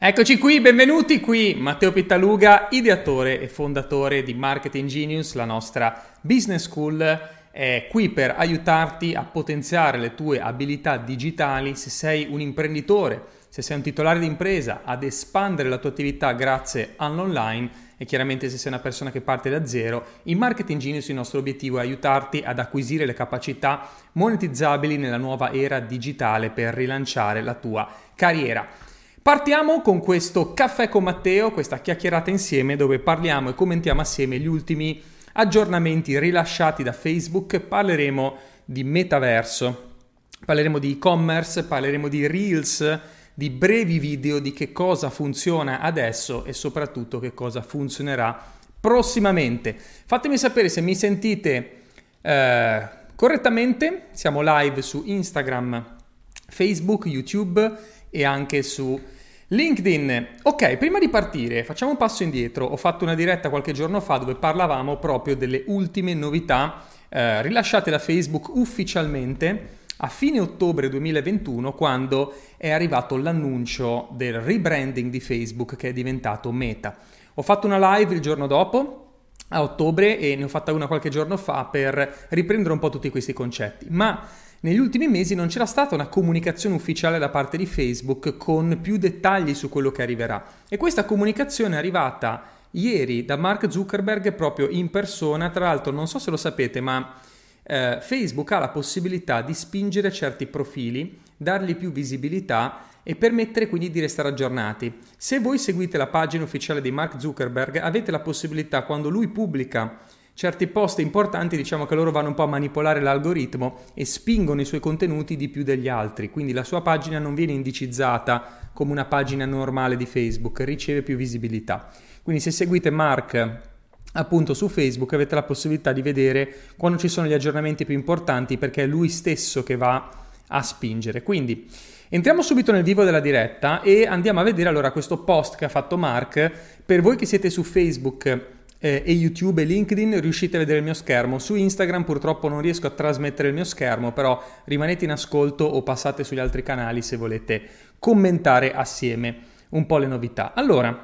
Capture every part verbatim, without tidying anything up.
Eccoci qui, benvenuti qui, Matteo Pittaluga, ideatore e fondatore di Marketing Genius, la nostra business school, è qui per aiutarti a potenziare le tue abilità digitali se sei un imprenditore, se sei un titolare di impresa, ad espandere la tua attività grazie all'online e chiaramente se sei una persona che parte da zero. In Marketing Genius il nostro obiettivo è aiutarti ad acquisire le capacità monetizzabili nella nuova era digitale per rilanciare la tua carriera. Partiamo con questo caffè con Matteo, questa chiacchierata insieme dove parliamo e commentiamo assieme gli ultimi aggiornamenti rilasciati da Facebook. Parleremo di metaverso, parleremo di e-commerce, parleremo di Reels, di brevi video, di che cosa funziona adesso e soprattutto che cosa funzionerà prossimamente. Fatemi sapere se mi sentite eh, correttamente. Siamo live su Instagram, Facebook, YouTube e anche su LinkedIn. Ok, prima di partire facciamo un passo indietro. Ho fatto una diretta qualche giorno fa dove parlavamo proprio delle ultime novità eh, rilasciate da Facebook ufficialmente a fine ottobre duemilaventuno, quando è arrivato l'annuncio del rebranding di Facebook che è diventato Meta. Ho fatto una live il giorno dopo, a ottobre, e ne ho fatta una qualche giorno fa per riprendere un po' tutti questi concetti, ma negli ultimi mesi non c'era stata una comunicazione ufficiale da parte di Facebook con più dettagli su quello che arriverà. E questa comunicazione è arrivata ieri da Mark Zuckerberg proprio in persona. Tra l'altro, non so se lo sapete, ma eh, Facebook ha la possibilità di spingere certi profili, dargli più visibilità e permettere quindi di restare aggiornati. Se voi seguite la pagina ufficiale di Mark Zuckerberg, avete la possibilità, quando lui pubblica certi post importanti, diciamo che loro vanno un po' a manipolare l'algoritmo e spingono i suoi contenuti di più degli altri, quindi la sua pagina non viene indicizzata come una pagina normale di Facebook, riceve più visibilità. Quindi se seguite Mark appunto su Facebook avete la possibilità di vedere quando ci sono gli aggiornamenti più importanti, perché è lui stesso che va a spingere. Quindi entriamo subito nel vivo della diretta e andiamo a vedere allora questo post che ha fatto Mark. Per voi che siete su Facebook e YouTube e LinkedIn riuscite a vedere il mio schermo. Su Instagram purtroppo non riesco a trasmettere il mio schermo, però rimanete in ascolto o passate sugli altri canali se volete commentare assieme un po' le novità. Allora,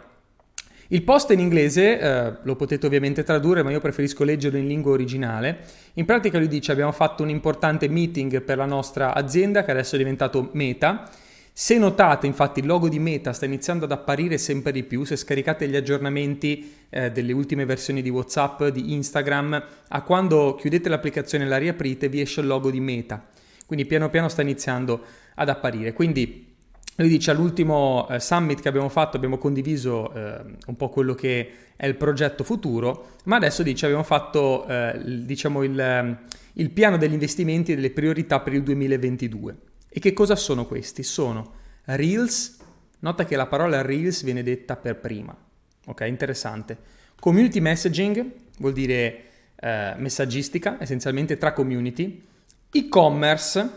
il post è in inglese, eh, lo potete ovviamente tradurre, ma io preferisco leggerlo in lingua originale. In pratica lui dice: abbiamo fatto un importante meeting per la nostra azienda che adesso è diventato Meta. Se notate, infatti, il logo di Meta sta iniziando ad apparire sempre di più. Se scaricate gli aggiornamenti eh, delle ultime versioni di WhatsApp, di Instagram, a quando chiudete l'applicazione e la riaprite vi esce il logo di Meta. Quindi piano piano sta iniziando ad apparire. Quindi lui dice: all'ultimo eh, summit che abbiamo fatto abbiamo condiviso eh, un po' quello che è il progetto futuro, ma adesso dice abbiamo fatto eh, diciamo il, il piano degli investimenti e delle priorità per il duemilaventidue. E che cosa sono questi? Sono Reels. Nota che la parola Reels viene detta per prima. Ok, interessante. Community messaging vuol dire eh, messaggistica, essenzialmente tra community. E-commerce,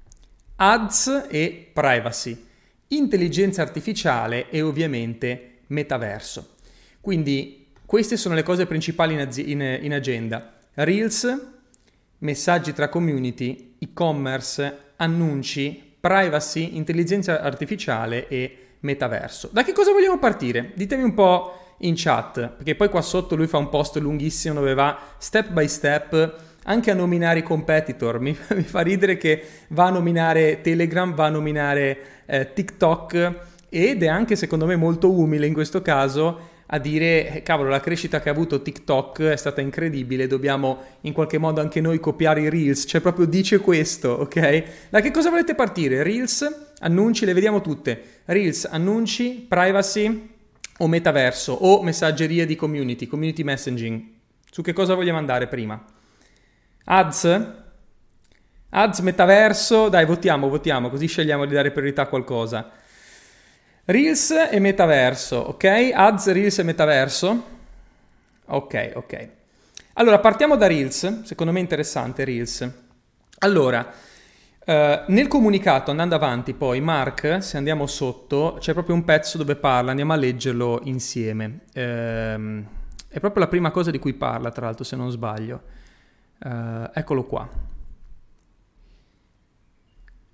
ads e privacy. Intelligenza artificiale e ovviamente metaverso. Quindi queste sono le cose principali in, azi- in, in agenda. Reels, messaggi tra community, e-commerce, annunci, privacy, intelligenza artificiale e metaverso. Da che cosa vogliamo partire? Ditemi un po' in chat, perché poi qua sotto lui fa un post lunghissimo dove va step by step anche a nominare i competitor. Mi, mi fa ridere che va a nominare Telegram, va a nominare eh, TikTok, ed è anche secondo me molto umile in questo caso a dire: cavolo, la crescita che ha avuto TikTok è stata incredibile, dobbiamo in qualche modo anche noi copiare i Reels. Cioè proprio dice questo, ok? Da che cosa volete partire? Reels, annunci, le vediamo tutte. Reels, annunci, privacy o metaverso o messaggeria di community, community messaging. Su che cosa vogliamo andare prima? Ads? Ads, metaverso? Dai, votiamo, votiamo, così scegliamo di dare priorità a qualcosa. Reels e metaverso, ok? Ads, Reels e metaverso. Ok, ok. Allora, partiamo da Reels, secondo me è interessante Reels. Allora, eh, nel comunicato, andando avanti poi, Mark, se andiamo sotto, c'è proprio un pezzo dove parla, andiamo a leggerlo insieme. Ehm, è proprio la prima cosa di cui parla, tra l'altro, se non sbaglio. Eh, eccolo qua.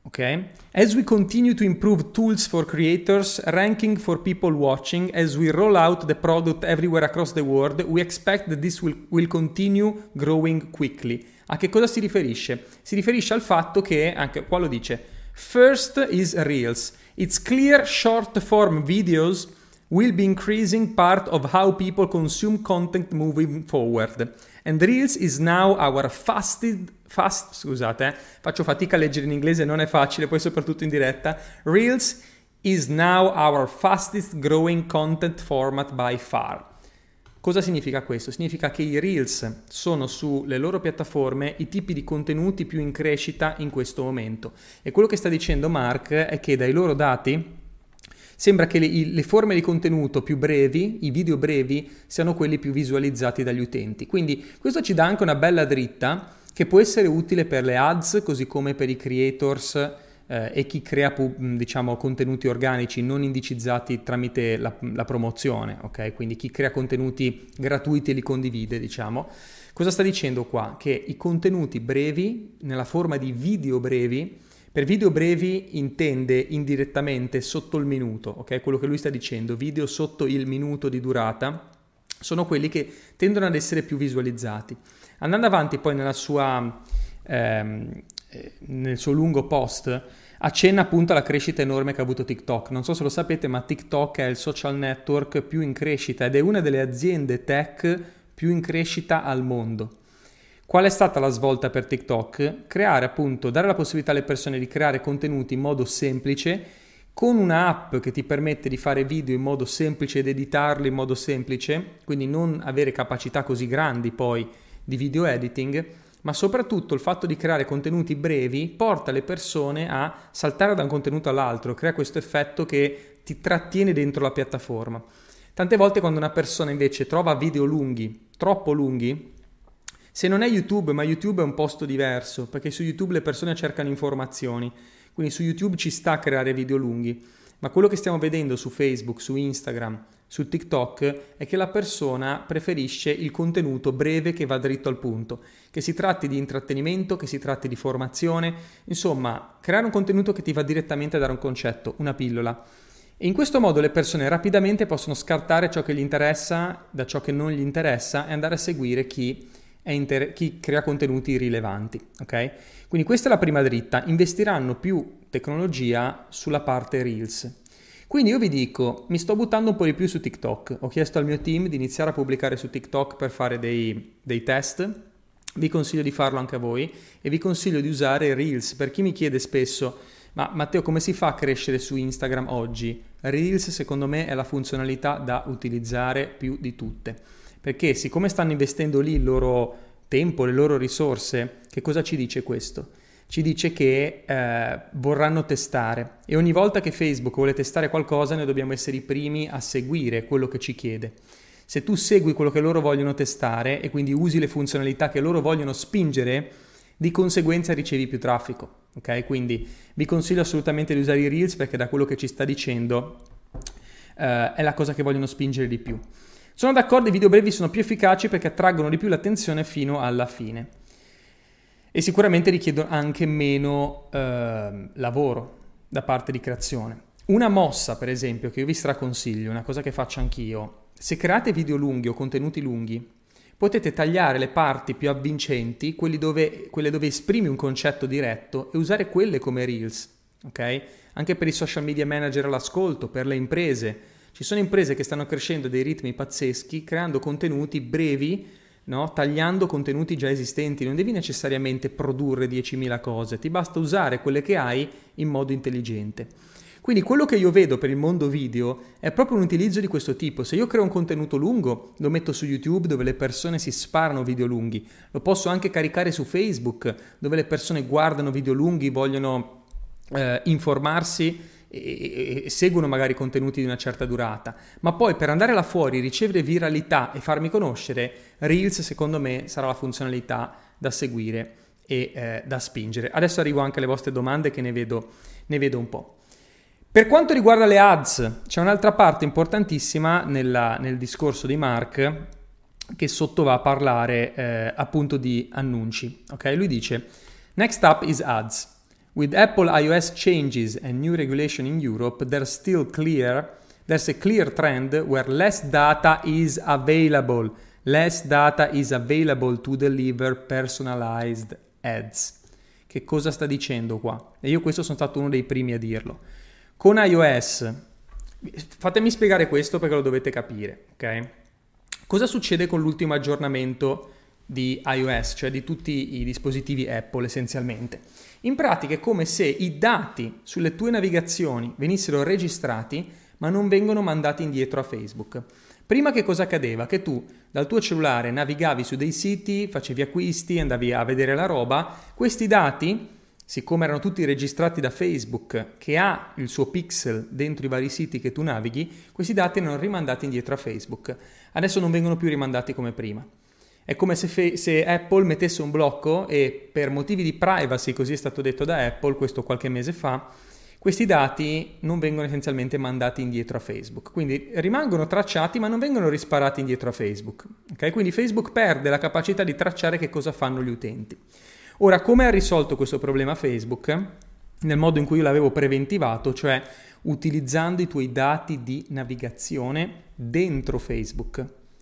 ok? As we continue to improve tools for creators, ranking for people watching, as we roll out the product everywhere across the world, we expect that this will, will continue growing quickly. A che cosa si riferisce? Si riferisce al fatto che, anche qua lo dice, first is Reels. It's clear short form videos will be increasing part of how people consume content moving forward. And Reels is now our fastest, fast, scusate, eh, faccio fatica a leggere in inglese, non è facile, poi soprattutto in diretta. Reels is now our fastest growing content format by far. Cosa significa questo? Significa che i Reels sono sulle loro piattaforme i tipi di contenuti più in crescita in questo momento. E quello che sta dicendo Mark è che dai loro dati sembra che le, le forme di contenuto più brevi, i video brevi, siano quelli più visualizzati dagli utenti. Quindi questo ci dà anche una bella dritta che può essere utile per le ads, così come per i creators eh, e chi crea diciamo contenuti organici non indicizzati tramite la, la promozione, ok? Quindi chi crea contenuti gratuiti e li condivide, diciamo. Cosa sta dicendo qua? Che i contenuti brevi, nella forma di video brevi, per video brevi intende indirettamente sotto il minuto, ok? Quello che lui sta dicendo, video sotto il minuto di durata, sono quelli che tendono ad essere più visualizzati. Andando avanti poi nella sua, ehm, nel suo lungo post, accenna appunto alla crescita enorme che ha avuto TikTok. Non so se lo sapete, ma TikTok è il social network più in crescita ed è una delle aziende tech più in crescita al mondo. Qual è stata la svolta per TikTok? Creare appunto, dare la possibilità alle persone di creare contenuti in modo semplice, con un'app che ti permette di fare video in modo semplice ed editarli in modo semplice, quindi non avere capacità così grandi poi di video editing, ma soprattutto il fatto di creare contenuti brevi porta le persone a saltare da un contenuto all'altro, crea questo effetto che ti trattiene dentro la piattaforma. Tante volte quando una persona invece trova video lunghi, troppo lunghi, se non è YouTube, ma YouTube è un posto diverso, perché su YouTube le persone cercano informazioni, quindi su YouTube ci sta a creare video lunghi, ma quello che stiamo vedendo su Facebook, su Instagram, su TikTok è che la persona preferisce il contenuto breve che va dritto al punto, che si tratti di intrattenimento, che si tratti di formazione, insomma, creare un contenuto che ti va direttamente a dare un concetto, una pillola. E in questo modo le persone rapidamente possono scartare ciò che gli interessa da ciò che non gli interessa e andare a seguire chi è inter- chi crea contenuti rilevanti, ok? Quindi questa è la prima dritta, investiranno più tecnologia sulla parte Reels. Quindi io vi dico, mi sto buttando un po' di più su TikTok, ho chiesto al mio team di iniziare a pubblicare su TikTok per fare dei, dei test, vi consiglio di farlo anche a voi e vi consiglio di usare Reels. Per chi mi chiede spesso, ma Matteo come si fa a crescere su Instagram oggi? Reels secondo me è la funzionalità da utilizzare più di tutte. Perché siccome stanno investendo lì il loro tempo, le loro risorse, che cosa ci dice questo? Ci dice che eh, vorranno testare e ogni volta che Facebook vuole testare qualcosa noi dobbiamo essere i primi a seguire quello che ci chiede. Se tu segui quello che loro vogliono testare e quindi usi le funzionalità che loro vogliono spingere, di conseguenza ricevi più traffico, ok? Quindi vi consiglio assolutamente di usare i Reels perché da quello che ci sta dicendo eh, è la cosa che vogliono spingere di più. Sono d'accordo, i video brevi sono più efficaci perché attraggono di più l'attenzione fino alla fine e sicuramente richiedono anche meno eh, lavoro da parte di creazione. Una mossa, per esempio, che io vi straconsiglio, una cosa che faccio anch'io, se create video lunghi o contenuti lunghi, potete tagliare le parti più avvincenti, quelli dove, quelle dove esprimi un concetto diretto e usare quelle come Reels, ok? Anche per i social media manager all'ascolto, per le imprese. Ci sono imprese che stanno crescendo a dei ritmi pazzeschi, creando contenuti brevi, no? Tagliando contenuti già esistenti. Non devi necessariamente produrre diecimila cose, ti basta usare quelle che hai in modo intelligente. Quindi quello che io vedo per il mondo video è proprio un utilizzo di questo tipo. Se io creo un contenuto lungo, lo metto su YouTube dove le persone si sparano video lunghi. Lo posso anche caricare su Facebook dove le persone guardano video lunghi, vogliono eh, informarsi e, e seguono magari contenuti di una certa durata, ma poi per andare là fuori, ricevere viralità e farmi conoscere, Reels secondo me sarà la funzionalità da seguire e eh, da spingere. Adesso arrivo anche alle vostre domande che ne vedo, ne vedo un po'. Per quanto riguarda le ads, c'è un'altra parte importantissima nella, nel discorso di Mark che sotto va a parlare eh, appunto di annunci. Ok, lui dice: Next up is ads. With Apple iOS changes and new regulation in Europe, there's still clear, there's a clear trend where less data is available. Less data is available to deliver personalized ads. Che cosa sta dicendo qua? E io questo sono stato uno dei primi a dirlo. Con iOS, fatemi spiegare questo perché lo dovete capire, ok? Cosa succede con l'ultimo aggiornamento di iOS, cioè di tutti i dispositivi Apple essenzialmente? In pratica è come se i dati sulle tue navigazioni venissero registrati ma non vengono mandati indietro a Facebook. Prima che cosa accadeva? Che tu dal tuo cellulare navigavi su dei siti, facevi acquisti, andavi a vedere la roba, questi dati, siccome erano tutti registrati da Facebook, che ha il suo pixel dentro i vari siti che tu navighi, questi dati erano rimandati indietro a Facebook. Adesso non vengono più rimandati come prima. È come se, fe- se Apple mettesse un blocco e per motivi di privacy, così è stato detto da Apple, questo qualche mese fa, questi dati non vengono essenzialmente mandati indietro a Facebook. Quindi rimangono tracciati ma non vengono risparati indietro a Facebook. Okay? Quindi Facebook perde la capacità di tracciare che cosa fanno gli utenti. Ora, come ha risolto questo problema Facebook? Nel modo in cui io l'avevo preventivato, cioè utilizzando i tuoi dati di navigazione dentro Facebook.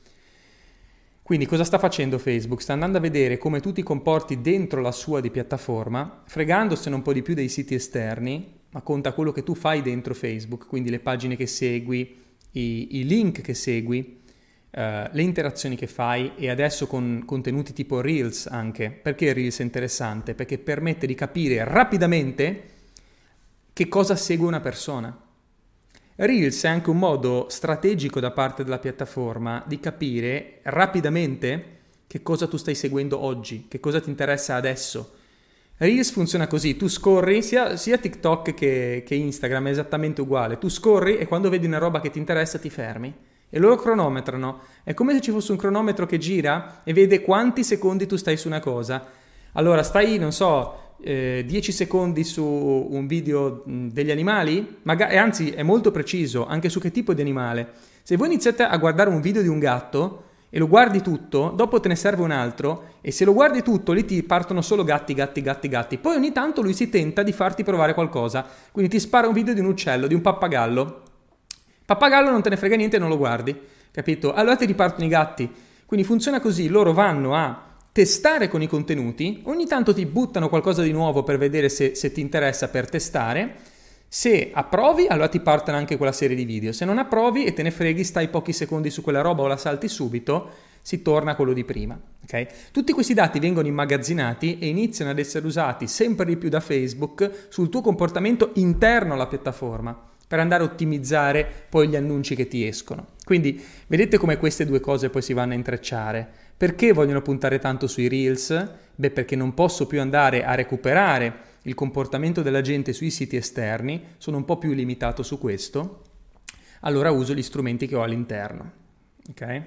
Quindi cosa sta facendo Facebook? Sta andando a vedere come tu ti comporti dentro la sua di piattaforma, fregandosene un po' di più dei siti esterni, ma conta quello che tu fai dentro Facebook, quindi le pagine che segui, i, i link che segui, uh, le interazioni che fai, e adesso con contenuti tipo Reels anche. Perché Reels è interessante? Perché permette di capire rapidamente che cosa segue una persona. Reels è anche un modo strategico da parte della piattaforma di capire rapidamente che cosa tu stai seguendo oggi, che cosa ti interessa adesso. Reels funziona così, tu scorri, sia, sia TikTok che, che Instagram è esattamente uguale, tu scorri e quando vedi una roba che ti interessa ti fermi e loro cronometrano, è come se ci fosse un cronometro che gira e vede quanti secondi tu stai su una cosa. Allora stai, non so, eh, dieci secondi su un video mh, degli animali, Maga- e anzi è molto preciso anche su che tipo di animale. Se voi iniziate a guardare un video di un gatto e lo guardi tutto, dopo te ne serve un altro, e se lo guardi tutto lì ti partono solo gatti, gatti, gatti, gatti. Poi ogni tanto lui si tenta di farti provare qualcosa, quindi ti spara un video di un uccello, di un pappagallo. Pappagallo non te ne frega niente e non lo guardi, capito? Allora ti ripartono i gatti. Quindi funziona così, loro vanno a testare con i contenuti, ogni tanto ti buttano qualcosa di nuovo per vedere se, se ti interessa, per testare. Se approvi, allora ti partono anche quella serie di video. Se non approvi e te ne freghi, stai pochi secondi su quella roba o la salti subito, si torna a quello di prima. Okay? Tutti questi dati vengono immagazzinati e iniziano ad essere usati sempre di più da Facebook sul tuo comportamento interno alla piattaforma, per andare a ottimizzare poi gli annunci che ti escono. Quindi vedete come queste due cose poi si vanno a intrecciare. Perché vogliono puntare tanto sui Reels? Beh, perché non posso più andare a recuperare il comportamento della gente sui siti esterni, sono un po' più limitato su questo, allora uso gli strumenti che ho all'interno. Ok?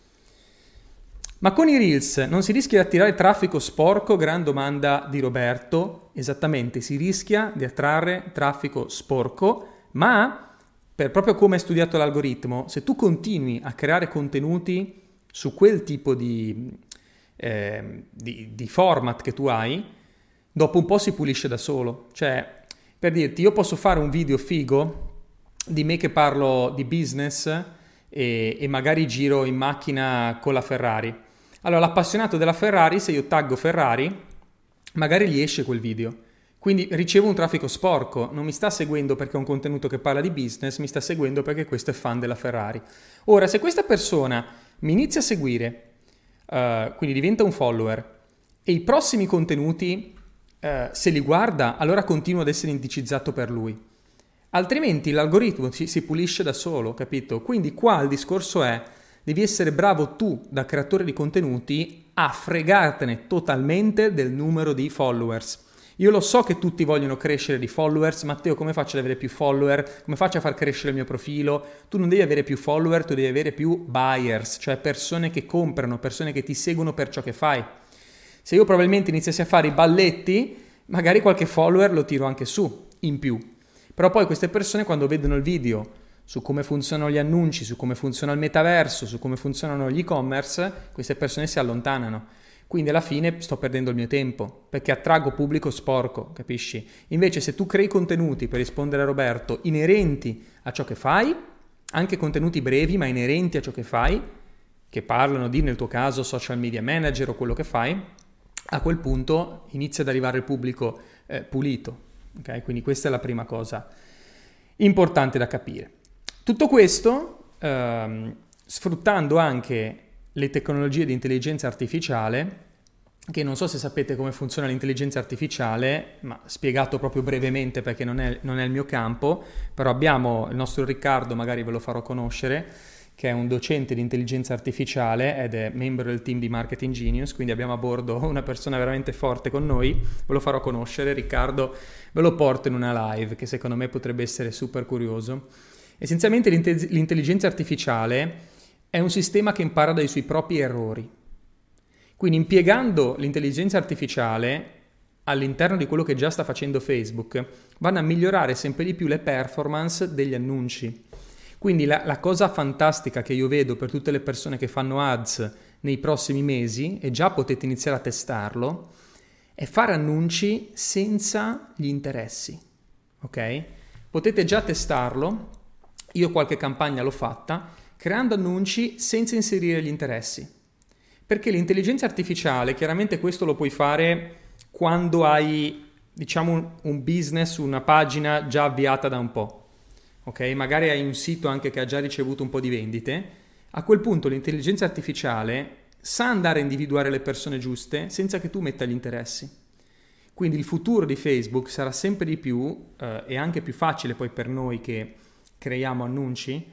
Ma con i Reels non si rischia di attirare traffico sporco? Gran domanda di Roberto. Esattamente, si rischia di attrarre traffico sporco, ma per proprio come è studiato l'algoritmo, se tu continui a creare contenuti su quel tipo di, eh, di, di format che tu hai, dopo un po' si pulisce da solo. Cioè, per dirti, io posso fare un video figo di me che parlo di business e, e magari giro in macchina con la Ferrari. Allora, l'appassionato della Ferrari, se io taggo Ferrari, magari gli esce quel video. Quindi ricevo un traffico sporco, non mi sta seguendo perché è un contenuto che parla di business, mi sta seguendo perché questo è fan della Ferrari. Ora, se questa persona mi inizia a seguire, uh, quindi diventa un follower, e i prossimi contenuti Uh, se li guarda, allora continuo ad essere indicizzato per lui. Altrimenti l'algoritmo si, si pulisce da solo, capito? Quindi qua il discorso è, devi essere bravo tu, da creatore di contenuti, a fregartene totalmente del numero di followers. Io lo so che tutti vogliono crescere di followers. Matteo, come faccio ad avere più follower? Come faccio a far crescere il mio profilo? Tu non devi avere più follower, tu devi avere più buyers, cioè persone che comprano, persone che ti seguono per ciò che fai. Se io probabilmente iniziassi a fare i balletti, magari qualche follower lo tiro anche su, in più. Però poi queste persone, quando vedono il video su come funzionano gli annunci, su come funziona il metaverso, su come funzionano gli e-commerce, queste persone si allontanano. Quindi alla fine sto perdendo il mio tempo, perché attraggo pubblico sporco, capisci? Invece se tu crei contenuti, per rispondere a Roberto, inerenti a ciò che fai, anche contenuti brevi ma inerenti a ciò che fai, che parlano di, nel tuo caso, social media manager o quello che fai, a quel punto inizia ad arrivare il pubblico eh, pulito. Okay? Quindi questa è la prima cosa importante da capire. Tutto questo ehm, sfruttando anche le tecnologie di intelligenza artificiale, che non so se sapete come funziona l'intelligenza artificiale, ma spiegato proprio brevemente perché non è, non è il mio campo, però abbiamo il nostro Riccardo, magari ve lo farò conoscere, che è un docente di intelligenza artificiale ed è membro del team di Marketing Genius, quindi abbiamo a bordo una persona veramente forte con noi, ve lo farò conoscere, Riccardo ve lo porto in una live che secondo me potrebbe essere super curioso. Essenzialmente l'inte- l'intelligenza artificiale è un sistema che impara dai suoi propri errori. Quindi impiegando l'intelligenza artificiale all'interno di quello che già sta facendo Facebook, vanno a migliorare sempre di più le performance degli annunci. Quindi la, la cosa fantastica che io vedo per tutte le persone che fanno ads nei prossimi mesi, e già potete iniziare a testarlo, è fare annunci senza gli interessi. Ok? Potete già testarlo, io qualche campagna l'ho fatta, creando annunci senza inserire gli interessi. Perché l'intelligenza artificiale, chiaramente questo lo puoi fare quando hai, diciamo, un, un business, una pagina già avviata da un po'. Ok? Magari hai un sito anche che ha già ricevuto un po' di vendite. A quel punto l'intelligenza artificiale sa andare a individuare le persone giuste senza che tu metta gli interessi. Quindi il futuro di Facebook sarà sempre di più, eh, e anche più facile poi per noi che creiamo annunci,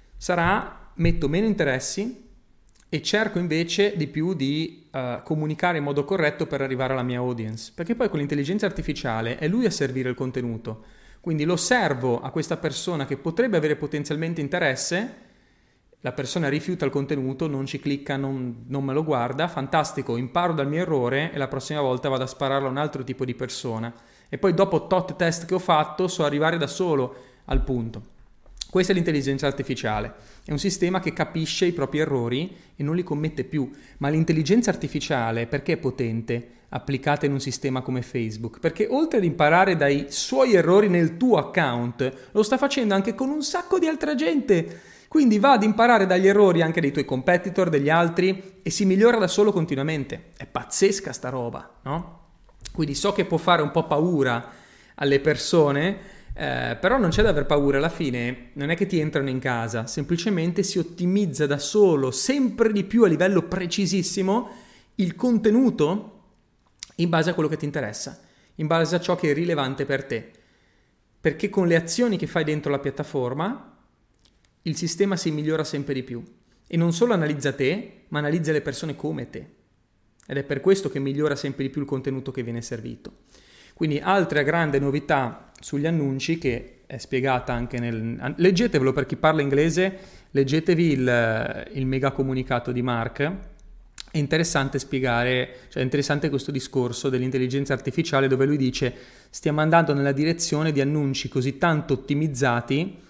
sarà metto meno interessi e cerco invece di più di uh, comunicare in modo corretto per arrivare alla mia audience, perché poi con l'intelligenza artificiale è lui a servire il contenuto, quindi lo servo a questa persona che potrebbe avere potenzialmente interesse, la persona rifiuta il contenuto, non ci clicca, non, non me lo guarda, fantastico, imparo dal mio errore e la prossima volta vado a spararlo a un altro tipo di persona e poi dopo tot test che ho fatto so arrivare da solo al punto. Questa è l'intelligenza artificiale, è un sistema che capisce i propri errori e non li commette più, ma l'intelligenza artificiale perché è potente applicata in un sistema come Facebook? Perché oltre ad imparare dai suoi errori nel tuo account, lo sta facendo anche con un sacco di altra gente, quindi va ad imparare dagli errori anche dei tuoi competitor, degli altri e si migliora da solo continuamente. È pazzesca sta roba, no? Quindi so che può fare un po' paura alle persone, Eh, però non c'è da aver paura, alla fine non è che ti entrano in casa, semplicemente si ottimizza da solo sempre di più a livello precisissimo il contenuto in base a quello che ti interessa, in base a ciò che è rilevante per te, perché con le azioni che fai dentro la piattaforma il sistema si migliora sempre di più e non solo analizza te, ma analizza le persone come te, ed è per questo che migliora sempre di più il contenuto che viene servito. Quindi altra grande novità sugli annunci che è spiegata anche nel... Leggetevelo, per chi parla inglese, leggetevi il, il mega comunicato di Mark. È interessante spiegare, cioè è interessante questo discorso dell'intelligenza artificiale dove lui dice stiamo andando nella direzione di annunci così tanto ottimizzati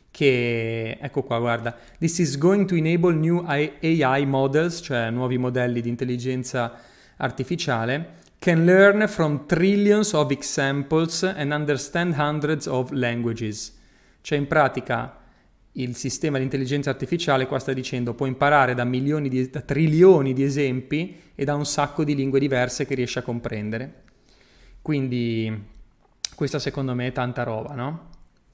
che, ecco qua, guarda, this is going to enable new A I models, cioè nuovi modelli di intelligenza artificiale, can learn from trillions of examples and understand hundreds of languages. Cioè in pratica il sistema di intelligenza artificiale qua sta dicendo può imparare da milioni di, da trilioni di esempi e da un sacco di lingue diverse che riesce a comprendere. Quindi questa secondo me è tanta roba, no?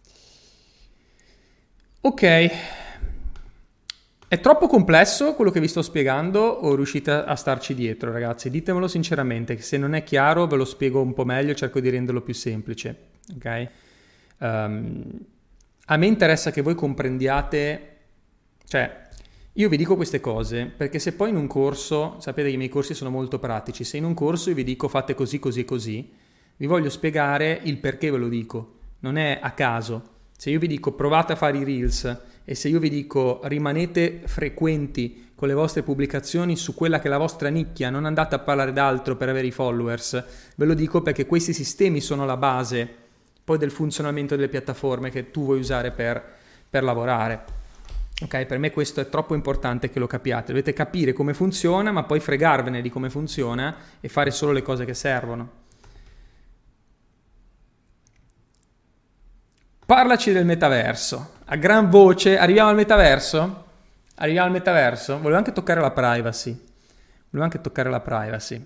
Ok. È troppo complesso quello che vi sto spiegando o riuscite a starci dietro, ragazzi? Ditemelo sinceramente, che se non è chiaro ve lo spiego un po' meglio, cerco di renderlo più semplice, ok? Um, a me interessa che voi comprendiate, cioè io vi dico queste cose perché se poi in un corso, sapete che i miei corsi sono molto pratici, se in un corso io vi dico fate così, così e così, vi voglio spiegare il perché ve lo dico, non è a caso. Se io vi dico provate a fare i Reels e se io vi dico rimanete frequenti con le vostre pubblicazioni su quella che è la vostra nicchia, non andate a parlare d'altro per avere i followers, ve lo dico perché questi sistemi sono la base poi del funzionamento delle piattaforme che tu vuoi usare per, per lavorare. Ok, per me questo è troppo importante che lo capiate. Dovete capire come funziona, ma poi fregarvene di come funziona e fare solo le cose che servono. Parlaci del metaverso. A gran voce, arriviamo al metaverso? Arriviamo al metaverso? Volevo anche toccare la privacy. Volevo anche toccare la privacy.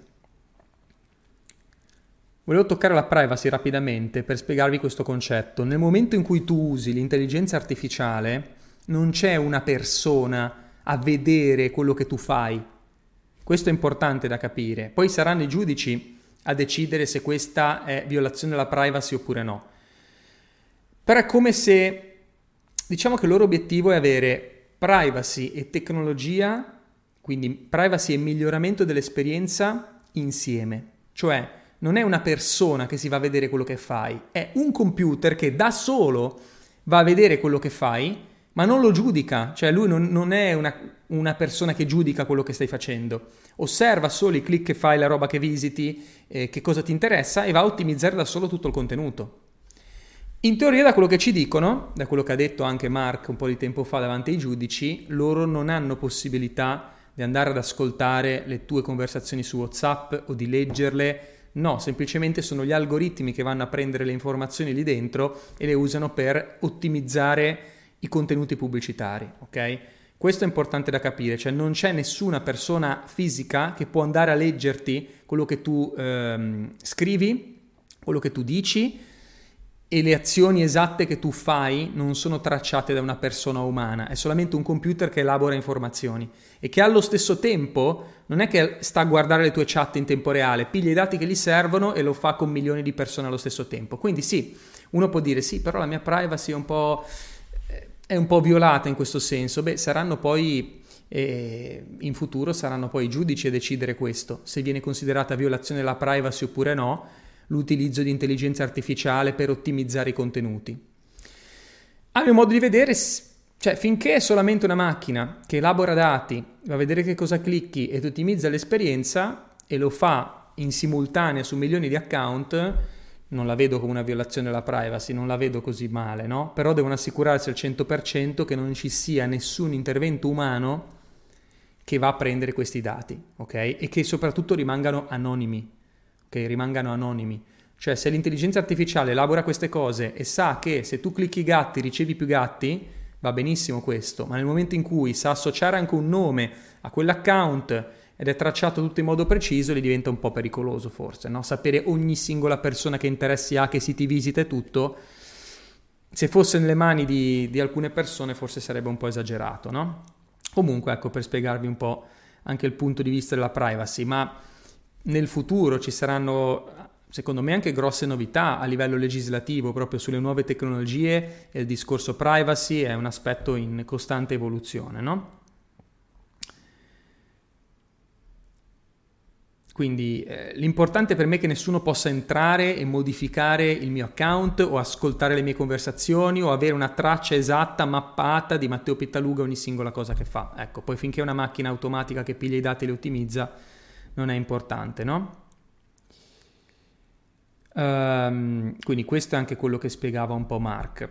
Volevo toccare la privacy rapidamente per spiegarvi questo concetto. Nel momento in cui tu usi l'intelligenza artificiale, non c'è una persona a vedere quello che tu fai. Questo è importante da capire. Poi saranno i giudici a decidere se questa è violazione della privacy oppure no. Però è come se, diciamo che il loro obiettivo è avere privacy e tecnologia, quindi privacy e miglioramento dell'esperienza insieme. Cioè, non è una persona che si va a vedere quello che fai, è un computer che da solo va a vedere quello che fai, ma non lo giudica, cioè lui non, non è una, una persona che giudica quello che stai facendo, osserva solo i click che fai, la roba che visiti, eh, che cosa ti interessa e va a ottimizzare da solo tutto il contenuto. In teoria, da quello che ci dicono, da quello che ha detto anche Mark un po' di tempo fa davanti ai giudici, loro non hanno possibilità di andare ad ascoltare le tue conversazioni su WhatsApp o di leggerle. No, semplicemente sono gli algoritmi che vanno a prendere le informazioni lì dentro e le usano per ottimizzare i contenuti pubblicitari, ok? Questo è importante da capire, cioè non c'è nessuna persona fisica che può andare a leggerti quello che tu ehm, scrivi, quello che tu dici, e le azioni esatte che tu fai non sono tracciate da una persona umana, è solamente un computer che elabora informazioni e che allo stesso tempo non è che sta a guardare le tue chat in tempo reale, piglia i dati che gli servono e lo fa con milioni di persone allo stesso tempo. Quindi sì, uno può dire sì, però la mia privacy è un po', è un po' violata in questo senso. Beh, saranno poi eh, in futuro saranno poi i giudici a decidere questo, se viene considerata violazione della privacy oppure no, l'utilizzo di intelligenza artificiale per ottimizzare i contenuti. A mio modo di vedere, cioè finché è solamente una macchina che elabora dati, va a vedere che cosa clicchi ed ottimizza l'esperienza e lo fa in simultanea su milioni di account, non la vedo come una violazione della privacy, non la vedo così male, no? Però devono assicurarsi al cento per cento che non ci sia nessun intervento umano che va a prendere questi dati, ok? E che soprattutto rimangano anonimi. Che rimangano anonimi, cioè se l'intelligenza artificiale elabora queste cose e sa che se tu clicchi gatti ricevi più gatti, va benissimo questo, ma nel momento in cui sa associare anche un nome a quell'account ed è tracciato tutto in modo preciso, gli diventa un po' pericoloso forse, no? Sapere ogni singola persona che interessi ha, che siti visita e tutto, se fosse nelle mani di, di alcune persone forse sarebbe un po' esagerato, no? Comunque ecco, per spiegarvi un po' anche il punto di vista della privacy, ma nel futuro ci saranno, secondo me, anche grosse novità a livello legislativo proprio sulle nuove tecnologie e il discorso privacy è un aspetto in costante evoluzione, no? Quindi eh, l'importante per me è che nessuno possa entrare e modificare il mio account o ascoltare le mie conversazioni o avere una traccia esatta, mappata di Matteo Pittaluga ogni singola cosa che fa. Ecco, poi finché è una macchina automatica che piglia i dati e li ottimizza, non è importante, no? Um, quindi questo è anche quello che spiegava un po' Mark.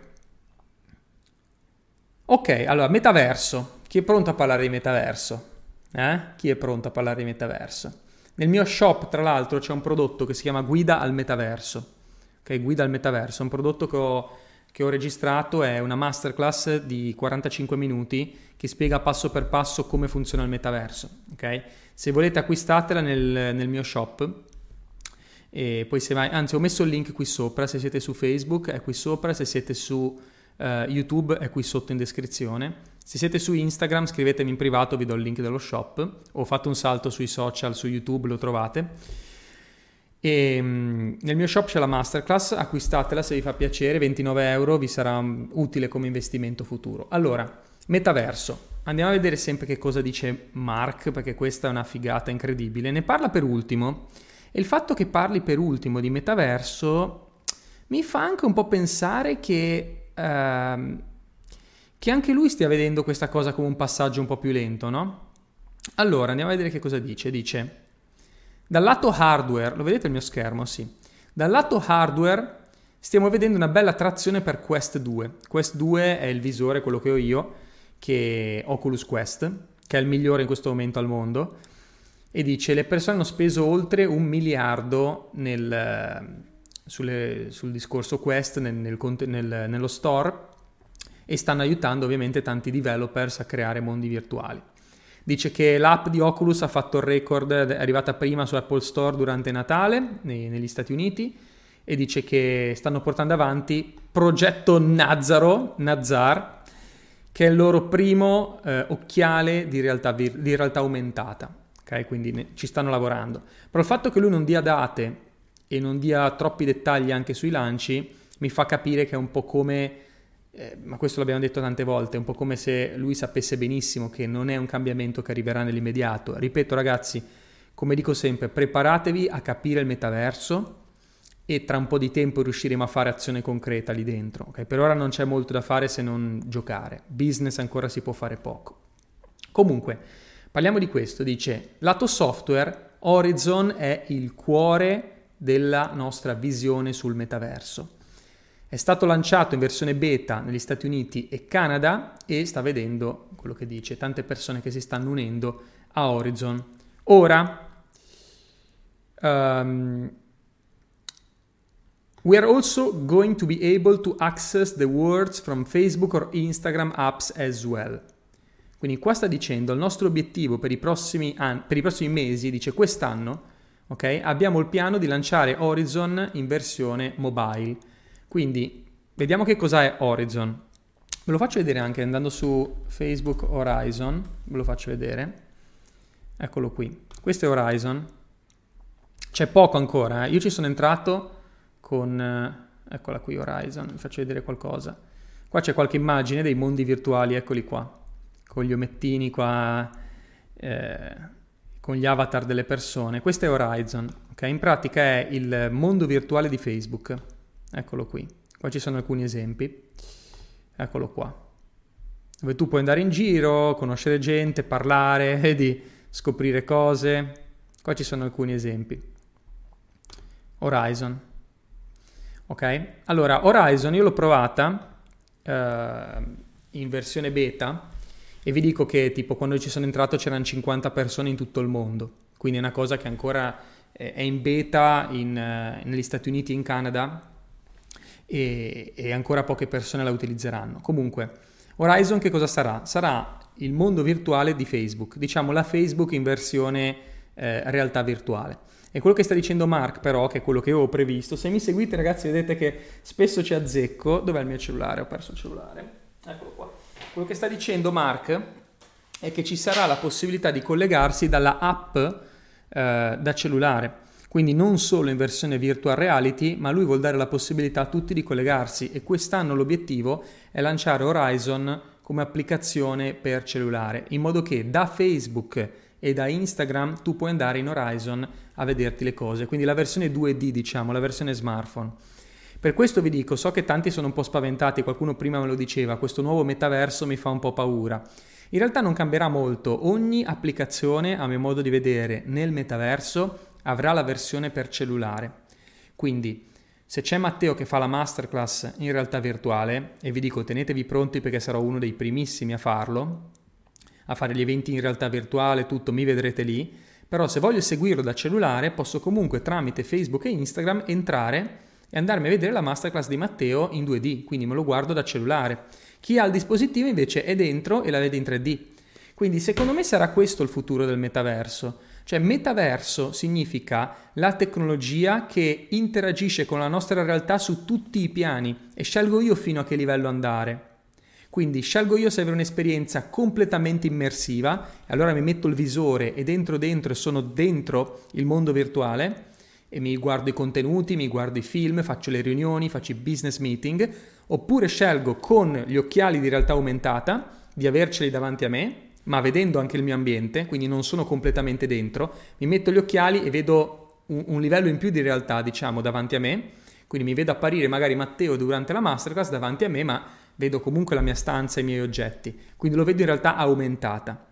Ok, allora, metaverso. Chi è pronto a parlare di metaverso? Eh? Chi è pronto a parlare di metaverso? Nel mio shop, tra l'altro, c'è un prodotto che si chiama Guida al Metaverso. Ok, Guida al Metaverso, è un prodotto che ho, che ho registrato, è una masterclass di quarantacinque minuti che spiega passo per passo come funziona il metaverso. Ok? Se volete acquistatela nel, nel mio shop, e poi se vai, anzi ho messo il link qui sopra, se siete su Facebook è qui sopra, se siete su uh, YouTube è qui sotto in descrizione, se siete su Instagram scrivetemi in privato, vi do il link dello shop, o fate un salto sui social, su YouTube lo trovate. E um, nel mio shop c'è la masterclass, acquistatela se vi fa piacere, ventinove euro, vi sarà um, utile come investimento futuro. Allora, metaverso. Andiamo a vedere sempre che cosa dice Mark, perché questa è una figata incredibile. Ne parla per ultimo, e il fatto che parli per ultimo di metaverso mi fa anche un po' pensare che, ehm, che anche lui stia vedendo questa cosa come un passaggio un po' più lento, no? Allora, andiamo a vedere che cosa dice. Dice, dal lato hardware, lo vedete il mio schermo? Sì. Dal lato hardware stiamo vedendo una bella trazione per Quest due. Quest due è il visore, quello che ho io, che Oculus Quest, che è il migliore in questo momento al mondo, e dice le persone hanno speso oltre un miliardo nel, sulle, sul discorso Quest, nel, nel, nel, nello store, e stanno aiutando ovviamente tanti developers a creare mondi virtuali. Dice che l'app di Oculus ha fatto il record, è arrivata prima su Apple Store durante Natale nei, negli Stati Uniti, e dice che stanno portando avanti progetto Nazaro, Nazar, che è il loro primo eh, occhiale di realtà, vir- di realtà aumentata. Okay, quindi ne, ci stanno lavorando. Però il fatto che lui non dia date e non dia troppi dettagli anche sui lanci mi fa capire che è un po' come, eh, ma questo l'abbiamo detto tante volte, è un po' come se lui sapesse benissimo che non è un cambiamento che arriverà nell'immediato. Ripeto ragazzi, come dico sempre, preparatevi a capire il metaverso e tra un po' di tempo riusciremo a fare azione concreta lì dentro. Okay? Per ora non c'è molto da fare se non giocare. Business ancora si può fare poco. Comunque, parliamo di questo, dice, lato software, Horizon è il cuore della nostra visione sul metaverso. È stato lanciato in versione beta negli Stati Uniti e Canada e sta vedendo quello che dice, tante persone che si stanno unendo a Horizon. Ora, um, we are also going to be able to access the words from Facebook or Instagram apps as well. Quindi qua sta dicendo il nostro obiettivo per i prossimi anni, per i prossimi mesi, dice quest'anno, ok? Abbiamo il piano di lanciare Horizon in versione mobile. Quindi vediamo che cos'è Horizon. Ve lo faccio vedere anche andando su Facebook Horizon, ve lo faccio vedere. Eccolo qui. Questo è Horizon. C'è poco ancora, eh? Io ci sono entrato con eh, eccola qui Horizon, vi faccio vedere qualcosa. Qua c'è qualche immagine dei mondi virtuali, eccoli qua. Con gli omettini qua, eh, con gli avatar delle persone. Questo è Horizon, ok? In pratica è il mondo virtuale di Facebook. Eccolo qui. Qua ci sono alcuni esempi. Eccolo qua. Dove tu puoi andare in giro, conoscere gente, parlare, vedi, scoprire cose. Qua ci sono alcuni esempi. Horizon. Ok? Allora, Horizon io l'ho provata eh, in versione beta. E vi dico che tipo quando ci sono entrato c'erano cinquanta persone in tutto il mondo, quindi è una cosa che ancora è in beta in, uh, negli Stati Uniti e in Canada e, e ancora poche persone la utilizzeranno. Comunque, Horizon che cosa sarà? Sarà il mondo virtuale di Facebook, diciamo la Facebook in versione eh, realtà virtuale. E quello che sta dicendo Mark però, che è quello che io ho previsto, se mi seguite ragazzi vedete che spesso ci azzecco, dov'è il mio cellulare? Ho perso il cellulare, eccolo qua. Quello che sta dicendo Mark è che ci sarà la possibilità di collegarsi dalla app eh, da cellulare, quindi non solo in versione virtual reality, ma lui vuol dare la possibilità a tutti di collegarsi e quest'anno l'obiettivo è lanciare Horizon come applicazione per cellulare, in modo che da Facebook e da Instagram tu puoi andare in Horizon a vederti le cose, quindi la versione due D diciamo, la versione smartphone. Per questo vi dico, so che tanti sono un po' spaventati, qualcuno prima me lo diceva, questo nuovo metaverso mi fa un po' paura. In realtà non cambierà molto, ogni applicazione, a mio modo di vedere, nel metaverso avrà la versione per cellulare. Quindi, se c'è Matteo che fa la masterclass in realtà virtuale, e vi dico tenetevi pronti perché sarò uno dei primissimi a farlo, a fare gli eventi in realtà virtuale, tutto, mi vedrete lì, però se voglio seguirlo da cellulare posso comunque tramite Facebook e Instagram entrare e andarmi a vedere la masterclass di Matteo in due D, quindi me lo guardo da cellulare. Chi ha il dispositivo invece è dentro e la vede in tre D. Quindi secondo me sarà questo il futuro del metaverso. Cioè metaverso significa la tecnologia che interagisce con la nostra realtà su tutti i piani e scelgo io fino a che livello andare. Quindi scelgo io se avere un'esperienza completamente immersiva, e allora mi metto il visore e dentro dentro e sono dentro il mondo virtuale e mi guardo i contenuti, mi guardo i film, faccio le riunioni, faccio i business meeting, oppure scelgo con gli occhiali di realtà aumentata di averceli davanti a me, ma vedendo anche il mio ambiente, quindi non sono completamente dentro, mi metto gli occhiali e vedo un, un livello in più di realtà, diciamo, davanti a me, quindi mi vedo apparire magari Matteo durante la masterclass davanti a me, ma vedo comunque la mia stanza e i miei oggetti, quindi lo vedo in realtà aumentata.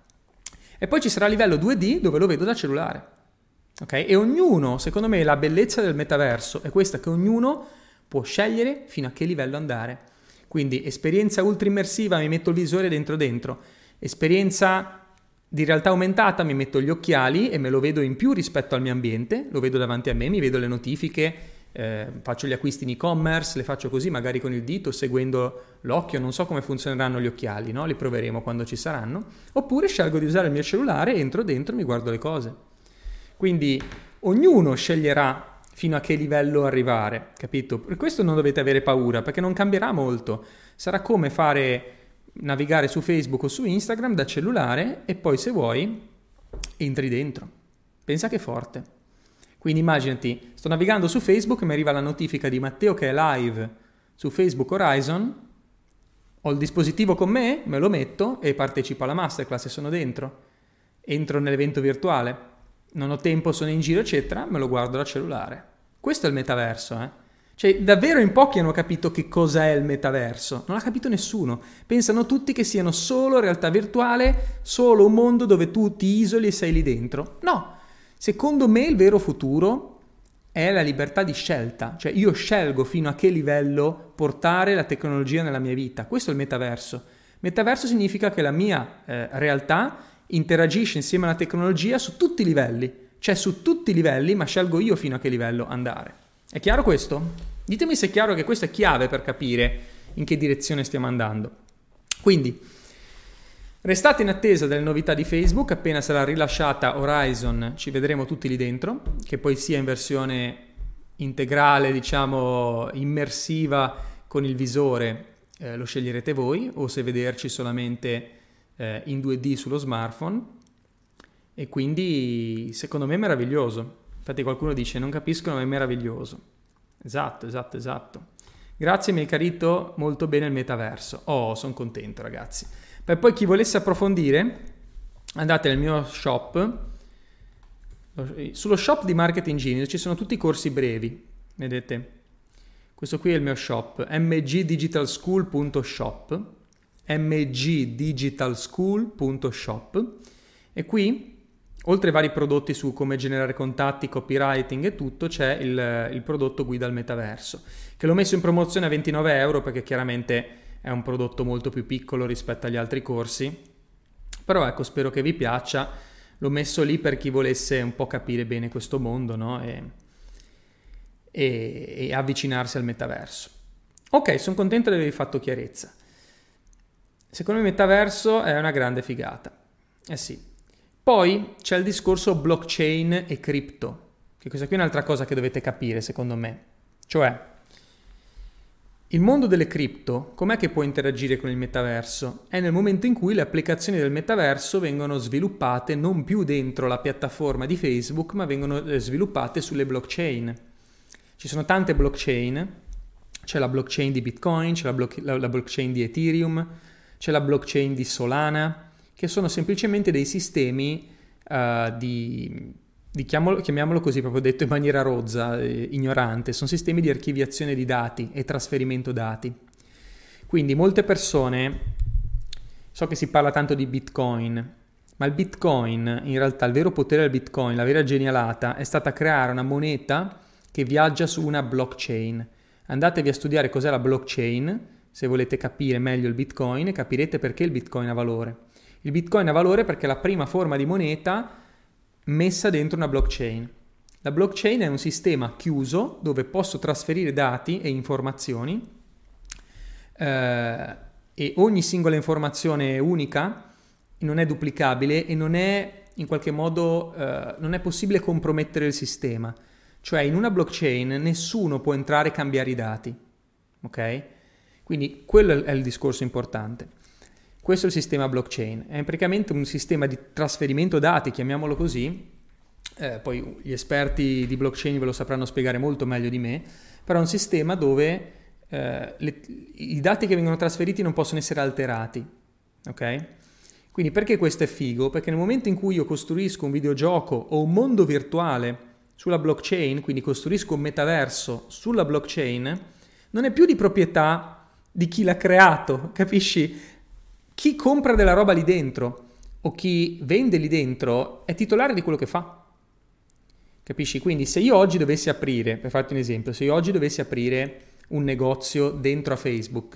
E poi ci sarà il livello due D dove lo vedo da cellulare. Okay? E ognuno, secondo me, la bellezza del metaverso è questa, che ognuno può scegliere fino a che livello andare. Quindi esperienza ultra immersiva, mi metto il visore dentro dentro. Esperienza di realtà aumentata, mi metto gli occhiali e me lo vedo in più rispetto al mio ambiente, lo vedo davanti a me, mi vedo le notifiche, eh, faccio gli acquisti in e-commerce, le faccio così magari con il dito, seguendo l'occhio, non so come funzioneranno gli occhiali, no? Li proveremo quando ci saranno. Oppure scelgo di usare il mio cellulare, entro dentro e mi guardo le cose. Quindi ognuno sceglierà fino a che livello arrivare, capito? Per questo non dovete avere paura, perché non cambierà molto. Sarà come fare navigare su Facebook o su Instagram da cellulare e poi se vuoi entri dentro. Pensa che forte. Quindi immaginati, sto navigando su Facebook e mi arriva la notifica di Matteo che è live su Facebook Horizon, ho il dispositivo con me, me lo metto e partecipo alla masterclass e sono dentro. Entro nell'evento virtuale. Non ho tempo, sono in giro, eccetera, me lo guardo da cellulare. Questo è il metaverso, eh? Cioè, davvero in pochi hanno capito che cosa è il metaverso. Non l'ha capito nessuno. Pensano tutti che siano solo realtà virtuale, solo un mondo dove tu ti isoli e sei lì dentro. No! Secondo me il vero futuro è la libertà di scelta. Cioè, io scelgo fino a che livello portare la tecnologia nella mia vita. Questo è il metaverso. Metaverso significa che la mia eh, realtà interagisce insieme alla tecnologia su tutti i livelli, cioè su tutti i livelli, ma scelgo io fino a che livello andare. È chiaro questo? Ditemi se è chiaro che questa è chiave per capire in che direzione stiamo andando. Quindi, restate in attesa delle novità di Facebook, appena sarà rilasciata Horizon ci vedremo tutti lì dentro, che poi sia in versione integrale, diciamo immersiva con il visore, eh, lo sceglierete voi, o se vederci solamente Eh, in due D sullo smartphone, e quindi secondo me è meraviglioso. Infatti qualcuno dice non capiscono ma è meraviglioso. Esatto, esatto, esatto. Grazie, mi hai chiarito molto bene il metaverso. Oh, sono contento ragazzi. Per poi chi volesse approfondire andate nel mio shop, sullo shop di Marketing Genius ci sono tutti i corsi brevi, vedete? Questo qui è il mio shop, m g digital school punto shop, m g digital school punto shop, e qui oltre ai vari prodotti su come generare contatti, copywriting e tutto, c'è il, il prodotto guida al metaverso, che l'ho messo in promozione a ventinove euro perché chiaramente è un prodotto molto più piccolo rispetto agli altri corsi, però ecco, spero che vi piaccia. L'ho messo lì per chi volesse un po' capire bene questo mondo, no? e, e, e avvicinarsi al metaverso. Ok, sono contento di avervi fatto chiarezza. Secondo me il metaverso è una grande figata. Eh sì. Poi c'è il discorso blockchain e cripto, che questa qui è un'altra cosa che dovete capire, secondo me. Cioè, il mondo delle cripto, com'è che può interagire con il metaverso? È nel momento in cui le applicazioni del metaverso vengono sviluppate non più dentro la piattaforma di Facebook, ma vengono sviluppate sulle blockchain. Ci sono tante blockchain, c'è la blockchain di Bitcoin, c'è la, blo- la, la blockchain di Ethereum, c'è la blockchain di Solana, che sono semplicemente dei sistemi uh, di, di chiamolo, chiamiamolo così, proprio detto in maniera rozza, eh, ignorante, sono sistemi di archiviazione di dati e trasferimento dati. Quindi molte persone, so che si parla tanto di Bitcoin, ma il Bitcoin, in realtà il vero potere del Bitcoin, la vera genialata, è stata creare una moneta che viaggia su una blockchain. Andatevi a studiare cos'è la blockchain, se volete capire meglio il Bitcoin, capirete perché il Bitcoin ha valore. Il Bitcoin ha valore perché è la prima forma di moneta messa dentro una blockchain. La blockchain è un sistema chiuso dove posso trasferire dati e informazioni eh, e ogni singola informazione è unica, non è duplicabile e non è in qualche modo eh, non è possibile compromettere il sistema. Cioè in una blockchain nessuno può entrare e cambiare i dati, ok? Quindi quello è il discorso importante. Questo è il sistema blockchain, è praticamente un sistema di trasferimento dati, chiamiamolo così, eh, poi gli esperti di blockchain ve lo sapranno spiegare molto meglio di me, però è un sistema dove eh, le, i dati che vengono trasferiti non possono essere alterati, ok? Quindi perché questo è figo? Perché nel momento in cui io costruisco un videogioco o un mondo virtuale sulla blockchain, quindi costruisco un metaverso sulla blockchain, non è più di proprietà di chi l'ha creato, capisci? Chi compra della roba lì dentro o chi vende lì dentro è titolare di quello che fa, capisci? Quindi se io oggi dovessi aprire, per farti un esempio, se io oggi dovessi aprire un negozio dentro a Facebook,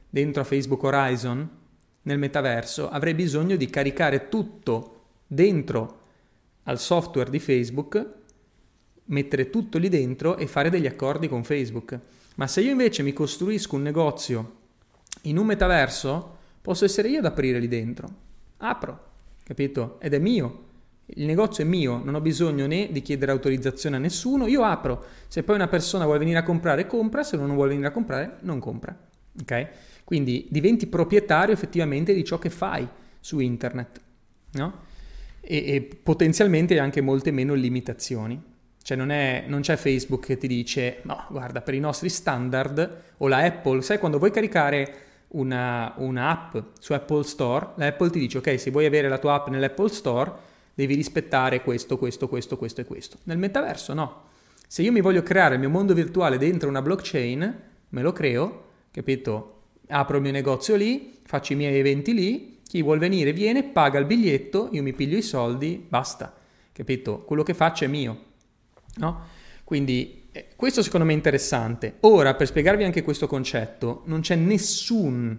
dentro a Facebook Horizon, nel metaverso, avrei bisogno di caricare tutto dentro al software di Facebook, mettere tutto lì dentro e fare degli accordi con Facebook. Ma se io invece mi costruisco un negozio in un metaverso, posso essere io ad aprire lì dentro. Apro, capito? Ed è mio. Il negozio è mio, non ho bisogno né di chiedere autorizzazione a nessuno, io apro. Se poi una persona vuole venire a comprare, compra, se non vuole venire a comprare, non compra. Ok? Quindi diventi proprietario effettivamente di ciò che fai su internet, no? E, e potenzialmente hai anche molte meno limitazioni. Cioè non, è, non c'è Facebook che ti dice no, guarda, per i nostri standard, o la Apple, sai quando vuoi caricare una, una app su Apple Store, la Apple ti dice ok, se vuoi avere la tua app nell'Apple Store devi rispettare questo, questo, questo, questo e questo. Nel metaverso no. Se io mi voglio creare il mio mondo virtuale dentro una blockchain, me lo creo, capito? Apro il mio negozio lì, faccio i miei eventi lì, chi vuol venire viene, paga il biglietto, io mi piglio i soldi, basta, capito? Quello che faccio è mio, no? Quindi eh, questo secondo me è interessante. Ora, per spiegarvi anche questo concetto, non c'è nessun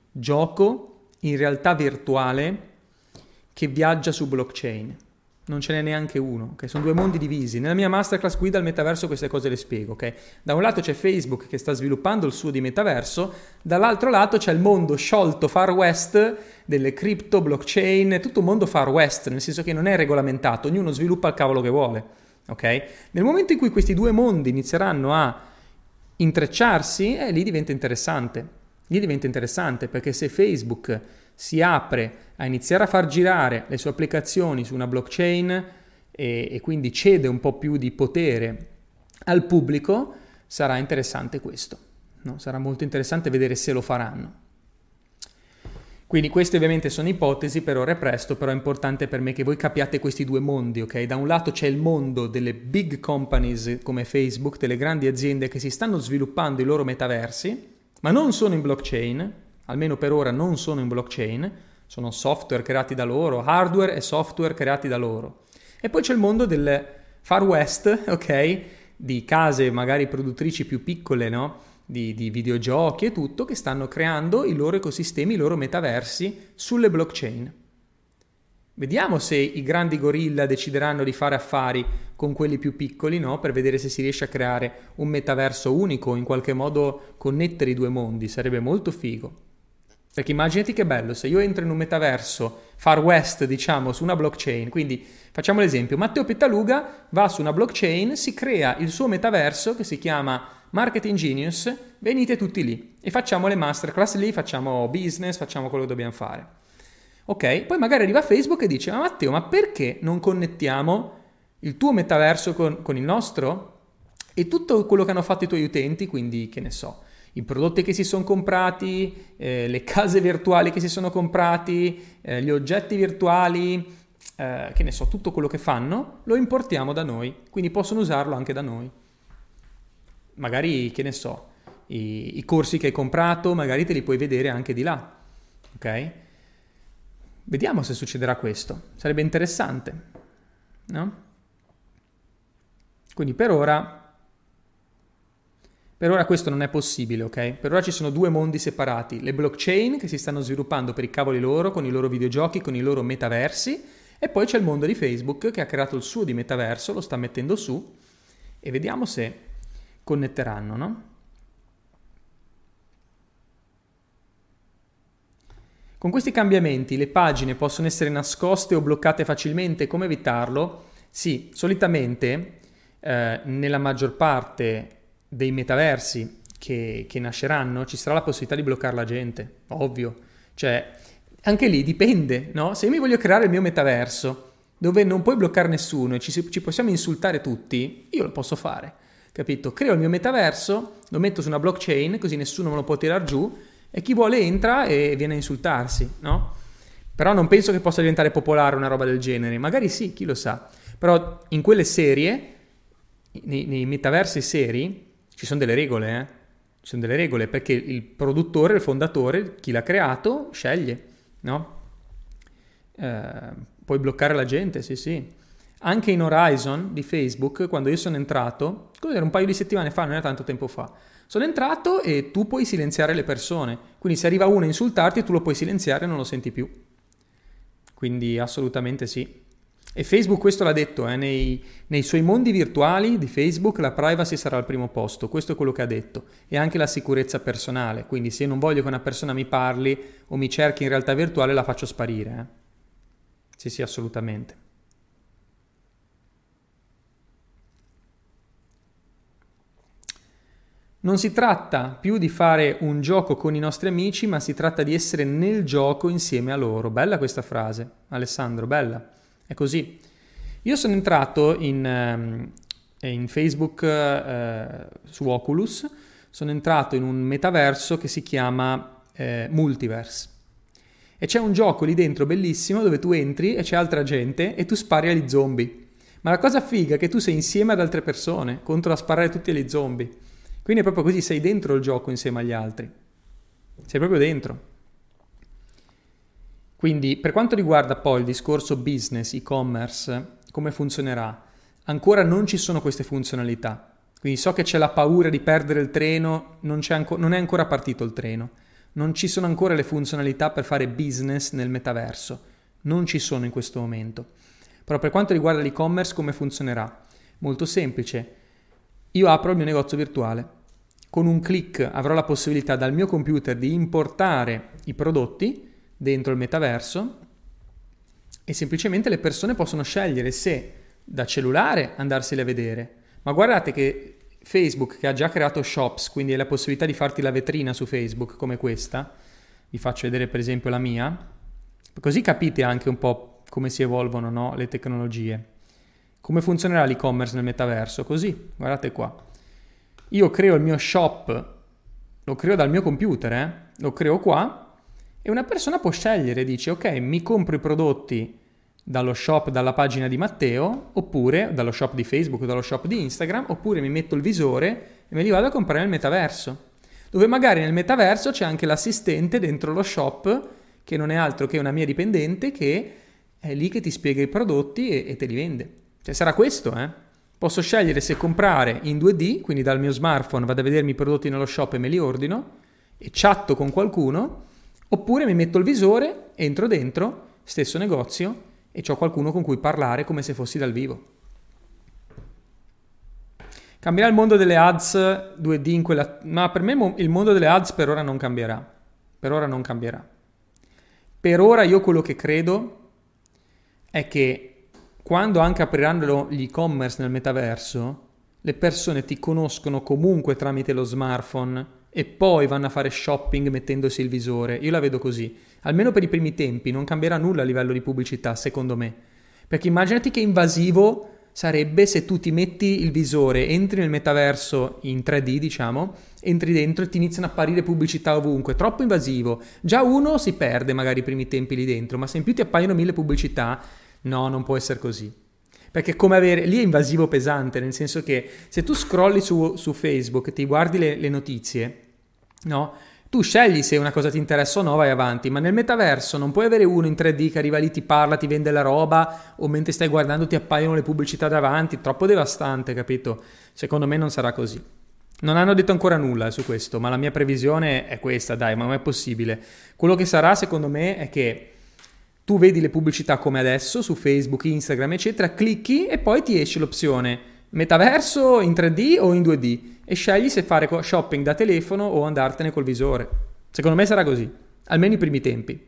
gioco in realtà virtuale che viaggia su blockchain. Non ce n'è neanche uno, ok? Sono due mondi divisi. Nella mia masterclass guida al metaverso queste cose le spiego, ok? Da un lato c'è Facebook che sta sviluppando il suo di metaverso, dall'altro lato c'è il mondo sciolto far west delle cripto, blockchain, tutto un mondo far west, nel senso che non è regolamentato, ognuno sviluppa il cavolo che vuole, ok? Nel momento in cui questi due mondi inizieranno a intrecciarsi, eh, lì diventa interessante. Lì diventa interessante perché se Facebook si apre a iniziare a far girare le sue applicazioni su una blockchain e, e quindi cede un po' più di potere al pubblico, sarà interessante questo, no? Sarà molto interessante vedere se lo faranno. Quindi queste ovviamente sono ipotesi, per ora è presto, però è importante per me che voi capiate questi due mondi, ok? Da un lato c'è il mondo delle big companies come Facebook, delle grandi aziende che si stanno sviluppando i loro metaversi, ma non sono in blockchain, almeno per ora non sono in blockchain, sono software creati da loro, hardware e software creati da loro. E poi c'è il mondo del Far West, ok? Di case magari produttrici più piccole, no? Di, di videogiochi e tutto, che stanno creando i loro ecosistemi, i loro metaversi sulle blockchain. Vediamo se i grandi gorilla decideranno di fare affari con quelli più piccoli, no? Per vedere se si riesce a creare un metaverso unico, in qualche modo connettere i due mondi, sarebbe molto figo. Perché immaginati che bello, se io entro in un metaverso Far West, diciamo, su una blockchain, quindi facciamo l'esempio, Matteo Pittaluga va su una blockchain, si crea il suo metaverso che si chiama Marketing Genius, venite tutti lì e facciamo le masterclass lì, facciamo business, facciamo quello che dobbiamo fare. Ok, poi magari arriva Facebook e dice, ma Matteo, ma perché non connettiamo il tuo metaverso con, con il nostro? E tutto quello che hanno fatto i tuoi utenti, quindi che ne so, i prodotti che si sono comprati, eh, le case virtuali che si sono comprati, eh, gli oggetti virtuali, eh, che ne so, tutto quello che fanno, lo importiamo da noi, quindi possono usarlo anche da noi. Magari, che ne so, i, i corsi che hai comprato, magari te li puoi vedere anche di là, ok? Vediamo se succederà questo, sarebbe interessante, no? Quindi per ora... Per ora questo non è possibile, ok? Per ora ci sono due mondi separati, le blockchain che si stanno sviluppando per i cavoli loro, con i loro videogiochi, con i loro metaversi, e poi c'è il mondo di Facebook che ha creato il suo di metaverso, lo sta mettendo su, e vediamo se connetteranno, no? Con questi cambiamenti le pagine possono essere nascoste o bloccate facilmente, come evitarlo? Sì, solitamente eh, nella maggior parte dei metaversi che, che nasceranno ci sarà la possibilità di bloccare la gente, ovvio, cioè anche lì dipende, no? Se io mi voglio creare il mio metaverso dove non puoi bloccare nessuno e ci, ci possiamo insultare tutti, io lo posso fare, capito? Creo il mio metaverso, lo metto su una blockchain così nessuno me lo può tirare giù e chi vuole entra e viene a insultarsi, no? Però non penso che possa diventare popolare una roba del genere, magari sì, chi lo sa, però in quelle serie, nei, nei metaversi seri, ci sono delle regole, eh? Ci sono delle regole perché il produttore, il fondatore, chi l'ha creato, sceglie, no? Eh, puoi bloccare la gente, sì sì. Anche in Horizon di Facebook, quando io sono entrato, cos'era un paio di settimane fa, non era tanto tempo fa, Sono entrato e tu puoi silenziare le persone. Quindi se arriva uno a insultarti, tu lo puoi silenziare e non lo senti più. Quindi assolutamente sì. E Facebook questo l'ha detto, eh, nei, nei suoi mondi virtuali di Facebook la privacy sarà al primo posto, questo è quello che ha detto, e anche la sicurezza personale, quindi se io non voglio che una persona mi parli o mi cerchi in realtà virtuale la faccio sparire. Eh. Sì, sì, assolutamente. Non si tratta più di fare un gioco con i nostri amici, ma si tratta di essere nel gioco insieme a loro. Bella questa frase, Alessandro, bella. È così. Io sono entrato in, um, in Facebook uh, su Oculus, sono entrato in un metaverso che si chiama uh, Multiverse. E c'è un gioco lì dentro bellissimo dove tu entri e c'è altra gente e tu spari agli zombie. Ma la cosa figa è che tu sei insieme ad altre persone contro a sparare tutti agli zombie. Quindi è proprio così, sei dentro il gioco insieme agli altri. Sei proprio dentro. Quindi per quanto riguarda poi il discorso business, e-commerce, come funzionerà? Ancora non ci sono queste funzionalità. Quindi so che c'è la paura di perdere il treno, non, c'è anco- non è ancora partito il treno. Non ci sono ancora le funzionalità per fare business nel metaverso. Non ci sono in questo momento. Però per quanto riguarda l'e-commerce, come funzionerà? Molto semplice. Io apro il mio negozio virtuale. Con un click avrò la possibilità dal mio computer di importare i prodotti dentro il metaverso e semplicemente le persone possono scegliere se da cellulare andarseli a vedere. Ma guardate che Facebook, che ha già creato shops, quindi hai la possibilità di farti la vetrina su Facebook come questa, vi faccio vedere per esempio la mia, così capite anche un po' come si evolvono, no, le tecnologie. Come funzionerà l'e-commerce nel metaverso? Così, guardate qua. Io creo il mio shop, lo creo dal mio computer, eh? Lo creo qua e una persona può scegliere, dice ok, mi compro i prodotti dallo shop, dalla pagina di Matteo, oppure dallo shop di Facebook, dallo shop di Instagram, oppure mi metto il visore e me li vado a comprare nel metaverso, dove magari nel metaverso c'è anche l'assistente dentro lo shop, che non è altro che una mia dipendente che è lì che ti spiega i prodotti e, e te li vende. Cioè sarà questo, eh? Posso scegliere se comprare in due D, quindi dal mio smartphone vado a vedermi i prodotti nello shop e me li ordino, e chatto con qualcuno, oppure mi metto il visore, entro dentro, stesso negozio, e c'ho qualcuno con cui parlare come se fossi dal vivo. Cambierà il mondo delle ads due D in quella... Ma per me il mondo delle ads per ora non cambierà. Per ora non cambierà. Per ora io quello che credo è che quando anche apriranno gli e-commerce nel metaverso, le persone ti conoscono comunque tramite lo smartphone e poi vanno a fare shopping mettendosi il visore. Io la vedo così. Almeno per i primi tempi non cambierà nulla a livello di pubblicità, secondo me. Perché immaginati che invasivo sarebbe se tu ti metti il visore, entri nel metaverso in tre D, diciamo, entri dentro e ti iniziano a apparire pubblicità ovunque. Troppo invasivo. Già uno si perde magari i primi tempi lì dentro, ma se in più ti appaiono mille pubblicità, no, non può essere così. Perché come avere... Lì è invasivo pesante, nel senso che se tu scrolli su, su Facebook, ti guardi le, le notizie, no? Tu scegli se una cosa ti interessa o no, vai avanti, ma nel metaverso non puoi avere uno in tre D che arriva lì, ti parla, ti vende la roba, o mentre stai guardando ti appaiono le pubblicità davanti, troppo devastante, capito? Secondo me non sarà così. Non hanno detto ancora nulla su questo, ma la mia previsione è questa, dai, ma non è possibile. Quello che sarà, secondo me, è che tu vedi le pubblicità come adesso su Facebook, Instagram, eccetera, clicchi e poi ti esce l'opzione metaverso in tre D o in due D e scegli se fare shopping da telefono o andartene col visore. Secondo me sarà così, almeno i primi tempi.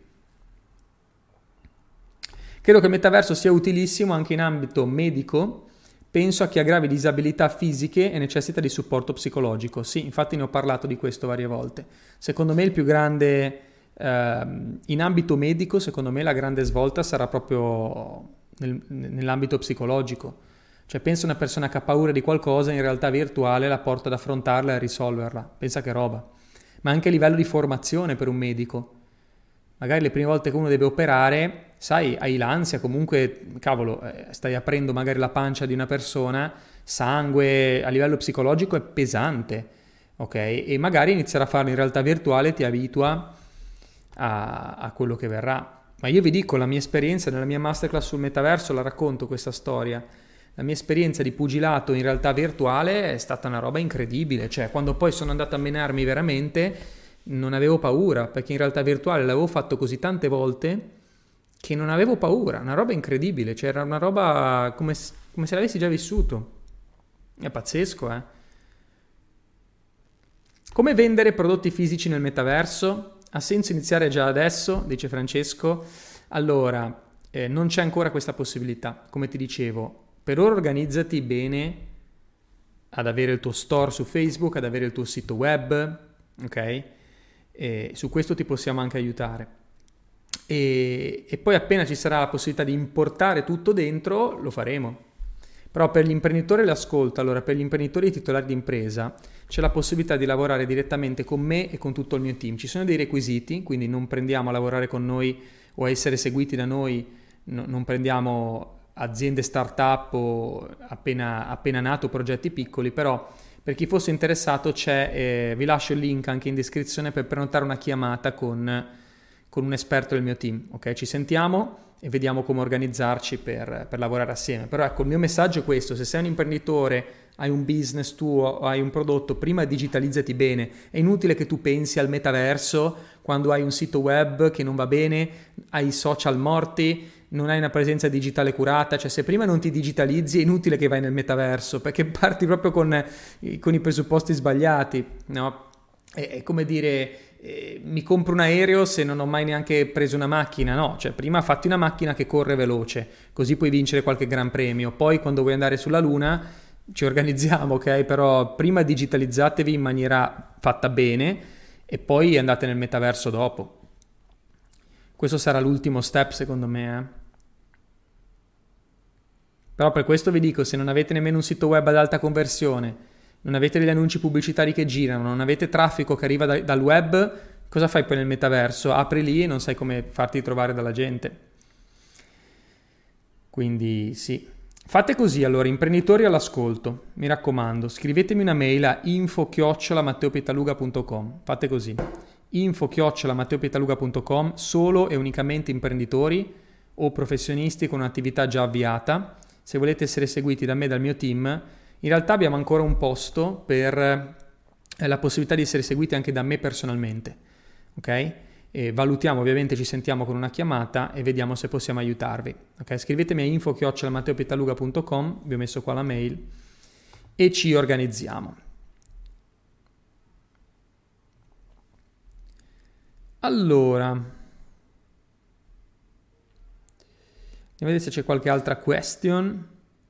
Credo che il metaverso sia utilissimo anche in ambito medico. Penso a chi ha gravi disabilità fisiche e necessita di supporto psicologico. Sì, infatti ne ho parlato di questo varie volte. Secondo me il più grande... Uh, in ambito medico, secondo me la grande svolta sarà proprio nel, nell'ambito psicologico. Cioè pensa una persona che ha paura di qualcosa, in realtà virtuale la porta ad affrontarla e a risolverla. Pensa che roba. Ma anche a livello di formazione per un medico. Magari le prime volte che uno deve operare, sai, hai l'ansia, comunque, cavolo, eh, stai aprendo magari la pancia di una persona, sangue, a livello psicologico è pesante, ok? E magari iniziare a farlo in realtà virtuale ti abitua A, a quello che verrà. Ma io vi dico la mia esperienza nella mia masterclass sul metaverso, la racconto questa storia. la mia esperienza di pugilato in realtà virtuale è stata una roba incredibile, cioè quando poi sono andato a menarmi veramente non avevo paura, perché in realtà virtuale l'avevo fatto così tante volte che non avevo paura, una roba incredibile, cioè era una roba come, come se l'avessi già vissuto, è pazzesco, eh. Come vendere prodotti fisici nel metaverso? Ha senso iniziare già adesso, dice Francesco. Allora, eh, non c'è ancora questa possibilità, come ti dicevo. Per ora organizzati bene ad avere il tuo store su Facebook, ad avere il tuo sito web, ok? E su questo ti possiamo anche aiutare. E, e poi appena ci sarà la possibilità di importare tutto dentro, lo faremo. Però per gli imprenditori l'ascolto, allora per gli imprenditori titolari di impresa c'è la possibilità di lavorare direttamente con me e con tutto il mio team. Ci sono dei requisiti, quindi non prendiamo a lavorare con noi o a essere seguiti da noi, no, non prendiamo aziende start-up o appena, appena nato progetti piccoli, però per chi fosse interessato c'è, eh, vi lascio il link anche in descrizione per prenotare una chiamata con, con un esperto del mio team, ok? Ci sentiamo e vediamo come organizzarci per, per lavorare assieme. Però ecco, il mio messaggio è questo: se sei un imprenditore, hai un business tuo o hai un prodotto, prima digitalizzati bene. È inutile che tu pensi al metaverso quando hai un sito web che non va bene, hai i social morti, non hai una presenza digitale curata. Cioè, se prima non ti digitalizzi è inutile che vai nel metaverso, perché parti proprio con, con i presupposti sbagliati, no? È, è come dire, eh, mi compro un aereo se non ho mai neanche preso una macchina. No, cioè prima fatti una macchina che corre veloce, così puoi vincere qualche gran premio. Poi quando vuoi andare sulla Luna ci organizziamo, ok? Però prima digitalizzatevi in maniera fatta bene e poi andate nel metaverso dopo. Questo sarà l'ultimo step secondo me, eh? Però per questo vi dico, se non avete nemmeno un sito web ad alta conversione, non avete degli annunci pubblicitari che girano, non avete traffico che arriva da, dal web, cosa fai poi nel metaverso? Apri lì e non sai come farti trovare dalla gente. Quindi sì. Fate così allora, imprenditori all'ascolto, mi raccomando, scrivetemi una mail a info chiocciola matteopitaluga punto com. Fate così, info chiocciola matteopitaluga punto com, solo e unicamente imprenditori o professionisti con un'attività già avviata. Se volete essere seguiti da me e dal mio team, in realtà abbiamo ancora un posto per eh, la possibilità di essere seguiti anche da me personalmente, ok? E valutiamo, ovviamente ci sentiamo con una chiamata e vediamo se possiamo aiutarvi, ok? Scrivetemi a info chiocciola matteopitaluga punto com, vi ho messo qua la mail, e ci organizziamo. Allora, andiamo a vedere se c'è qualche altra question.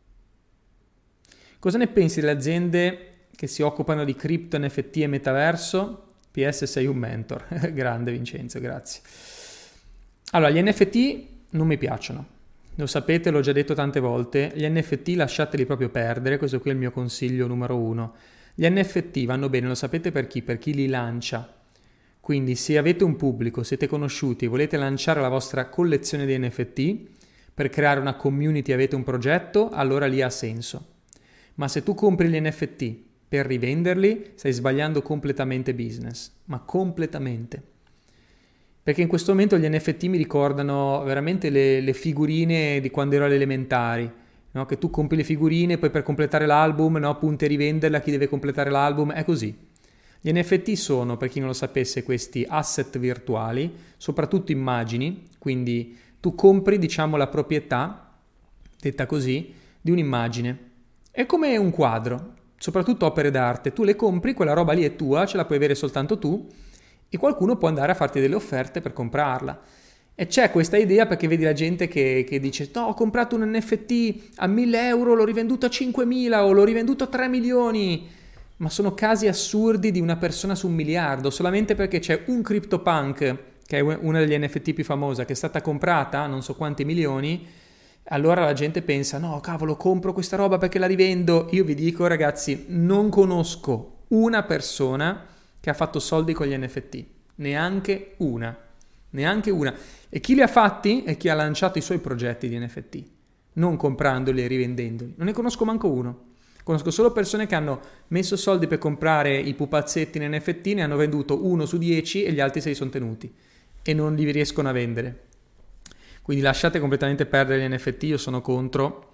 Cosa ne pensi delle aziende che si occupano di cripto, N F T e metaverso? P S sei un mentor. Grande Vincenzo, grazie. Allora, gli N F T non mi piacciono. Lo sapete, l'ho già detto tante volte. Gli N F T lasciateli proprio perdere, questo qui è il mio consiglio numero uno. Gli N F T vanno bene, lo sapete per chi? Per chi li lancia. Quindi se avete un pubblico, siete conosciuti e volete lanciare la vostra collezione di N F T per creare una community, avete un progetto, allora lì ha senso. Ma se tu compri gli N F T per rivenderli, stai sbagliando completamente business, ma completamente. Perché in questo momento gli N F T mi ricordano veramente le, le figurine di quando ero alle elementari, no? Che tu compri le figurine, poi per completare l'album, no? Punti a rivenderla a chi deve completare l'album, è così. Gli N F T sono, per chi non lo sapesse, questi asset virtuali, soprattutto immagini, quindi tu compri, diciamo, la proprietà, detta così, di un'immagine. È come un quadro, soprattutto opere d'arte. Tu le compri, quella roba lì è tua, ce la puoi avere soltanto tu e qualcuno può andare a farti delle offerte per comprarla. E c'è questa idea perché vedi la gente che, che dice no, ho comprato un N F T a mille euro, l'ho rivenduto a cinquemila o l'ho rivenduto a tre milioni. Ma sono casi assurdi di una persona su un miliardo, solamente perché c'è un CryptoPunk, che è una degli N F T più famosa, che è stata comprata a non so quanti milioni. Allora la gente pensa, no cavolo, compro questa roba perché la rivendo. Io vi dico ragazzi, non conosco una persona che ha fatto soldi con gli N F T, neanche una, neanche una. E chi li ha fatti è chi ha lanciato i suoi progetti di N F T, non comprandoli e rivendendoli. Non ne conosco manco uno. Conosco solo persone che hanno messo soldi per comprare i pupazzetti in N F T, ne hanno venduto uno su dieci e gli altri se li sono tenuti e non li riescono a vendere. Quindi lasciate completamente perdere gli N F T, io sono contro,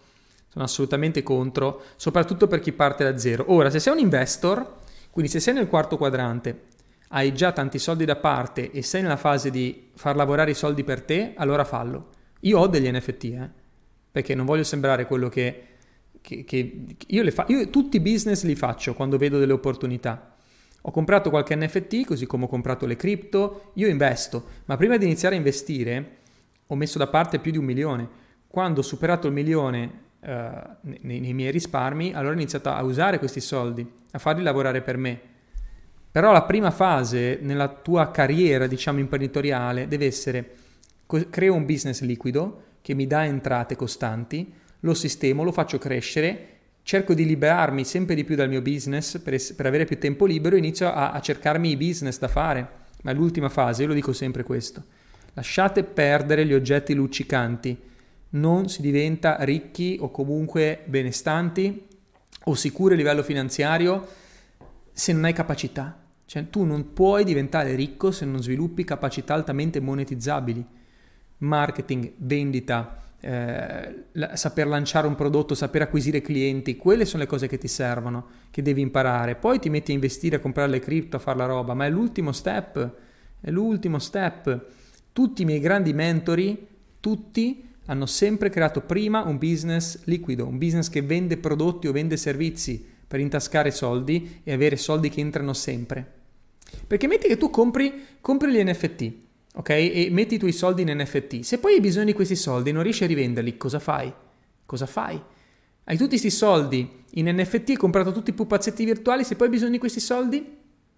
Sono assolutamente contro, soprattutto per chi parte da zero. Ora, se sei un investor, quindi se sei nel quarto quadrante, hai già tanti soldi da parte e sei nella fase di far lavorare i soldi per te, allora fallo. Io ho degli N F T, eh, perché non voglio sembrare quello che... che, che io, le fa- io tutti i business li faccio quando vedo delle opportunità. Ho comprato qualche N F T, così come ho comprato le cripto, io investo, ma prima di iniziare a investire ho messo da parte più di un milione. Quando ho superato il milione eh, nei, nei miei risparmi, allora ho iniziato a usare questi soldi, a farli lavorare per me. Però la prima fase nella tua carriera, diciamo, imprenditoriale deve essere: creo un business liquido che mi dà entrate costanti, lo sistemo, lo faccio crescere, cerco di liberarmi sempre di più dal mio business per, es- per avere più tempo libero e inizio a, a cercarmi i business da fare. Ma è l'ultima fase, io lo dico sempre questo: lasciate perdere gli oggetti luccicanti, non si diventa ricchi o comunque benestanti o sicuri a livello finanziario se non hai capacità. Cioè, tu non puoi diventare ricco se non sviluppi capacità altamente monetizzabili. Marketing, vendita, eh, la, saper lanciare un prodotto, saper acquisire clienti, quelle sono le cose che ti servono, che devi imparare. Poi ti metti a investire, a comprare le cripto, a fare la roba, ma è l'ultimo step, è l'ultimo step. Tutti i miei grandi mentori, tutti hanno sempre creato prima un business liquido, un business che vende prodotti o vende servizi per intascare soldi e avere soldi che entrano sempre. Perché metti che tu compri, compri gli N F T, ok? E metti i tuoi soldi in N F T. Se poi hai bisogno di questi soldi e non riesci a rivenderli, cosa fai? Cosa fai? Hai tutti questi soldi in N F T, hai comprato tutti i pupazzetti virtuali, se poi hai bisogno di questi soldi?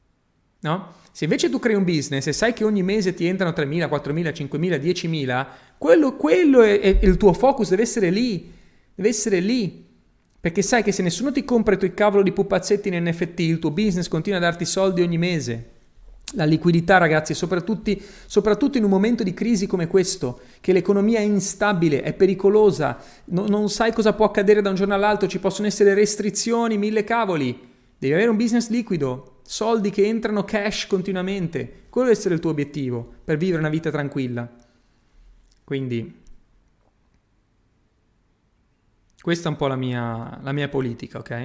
No? Se invece tu crei un business e sai che ogni mese ti entrano tremila, quattromila, cinquemila, diecimila, quello, quello è, è il tuo focus, deve essere lì, deve essere lì. Perché sai che se nessuno ti compra i tuoi cavolo di pupazzetti in N F T, il tuo business continua a darti soldi ogni mese. La liquidità, ragazzi, soprattutto, soprattutto in un momento di crisi come questo, che l'economia è instabile, è pericolosa, no, non sai cosa può accadere da un giorno all'altro, ci possono essere restrizioni, mille cavoli. Devi avere un business liquido, soldi che entrano cash continuamente. Quello deve essere il tuo obiettivo per vivere una vita tranquilla. Quindi questa è un po' la mia, la mia politica, ok?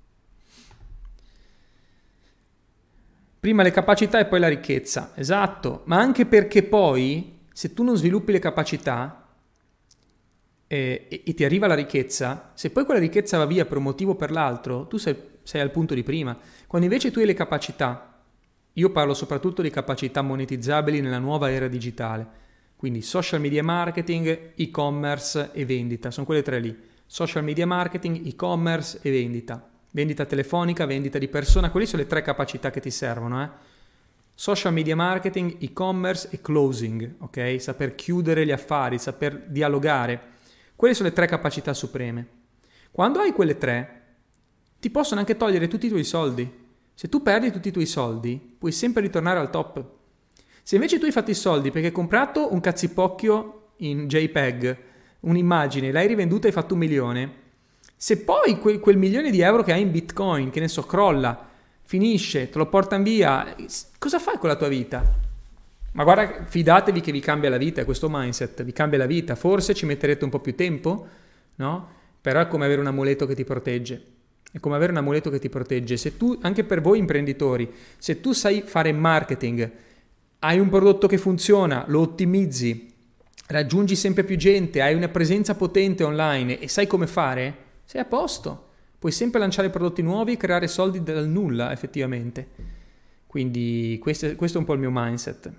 Prima le capacità e poi la ricchezza, esatto, ma anche perché poi se tu non sviluppi le capacità e, e, e ti arriva la ricchezza, se poi quella ricchezza va via per un motivo o per l'altro, tu sei, sei al punto di prima. Quando invece tu hai le capacità, io parlo soprattutto di capacità monetizzabili nella nuova era digitale, quindi social media marketing, e-commerce e vendita, sono quelle tre lì. Social media marketing, e-commerce e vendita. Vendita telefonica, vendita di persona, quelle sono le tre capacità che ti servono, eh? Social media marketing, e-commerce e closing, ok? Saper chiudere gli affari, saper dialogare. Quelle sono le tre capacità supreme. Quando hai quelle tre, ti possono anche togliere tutti i tuoi soldi. Se tu perdi tutti i tuoi soldi, puoi sempre ritornare al top. Se invece tu hai fatto i soldi perché hai comprato un cazzipocchio in JPEG, un'immagine, l'hai rivenduta e hai fatto un milione, se poi quel, quel milione di euro che hai in Bitcoin, che ne so, crolla, finisce, te lo portano via, cosa fai con la tua vita? Ma guarda, fidatevi che vi cambia la vita, questo mindset vi cambia la vita. Forse ci metterete un po' più tempo, no? Però è come avere un amuleto che ti protegge. È come avere un amuleto che ti protegge. Se tu, anche per voi imprenditori, se tu sai fare marketing, hai un prodotto che funziona, lo ottimizzi, raggiungi sempre più gente, hai una presenza potente online e sai come fare, sei a posto. Puoi sempre lanciare prodotti nuovi e creare soldi dal nulla, effettivamente. Quindi questo, questo è un po' il mio mindset.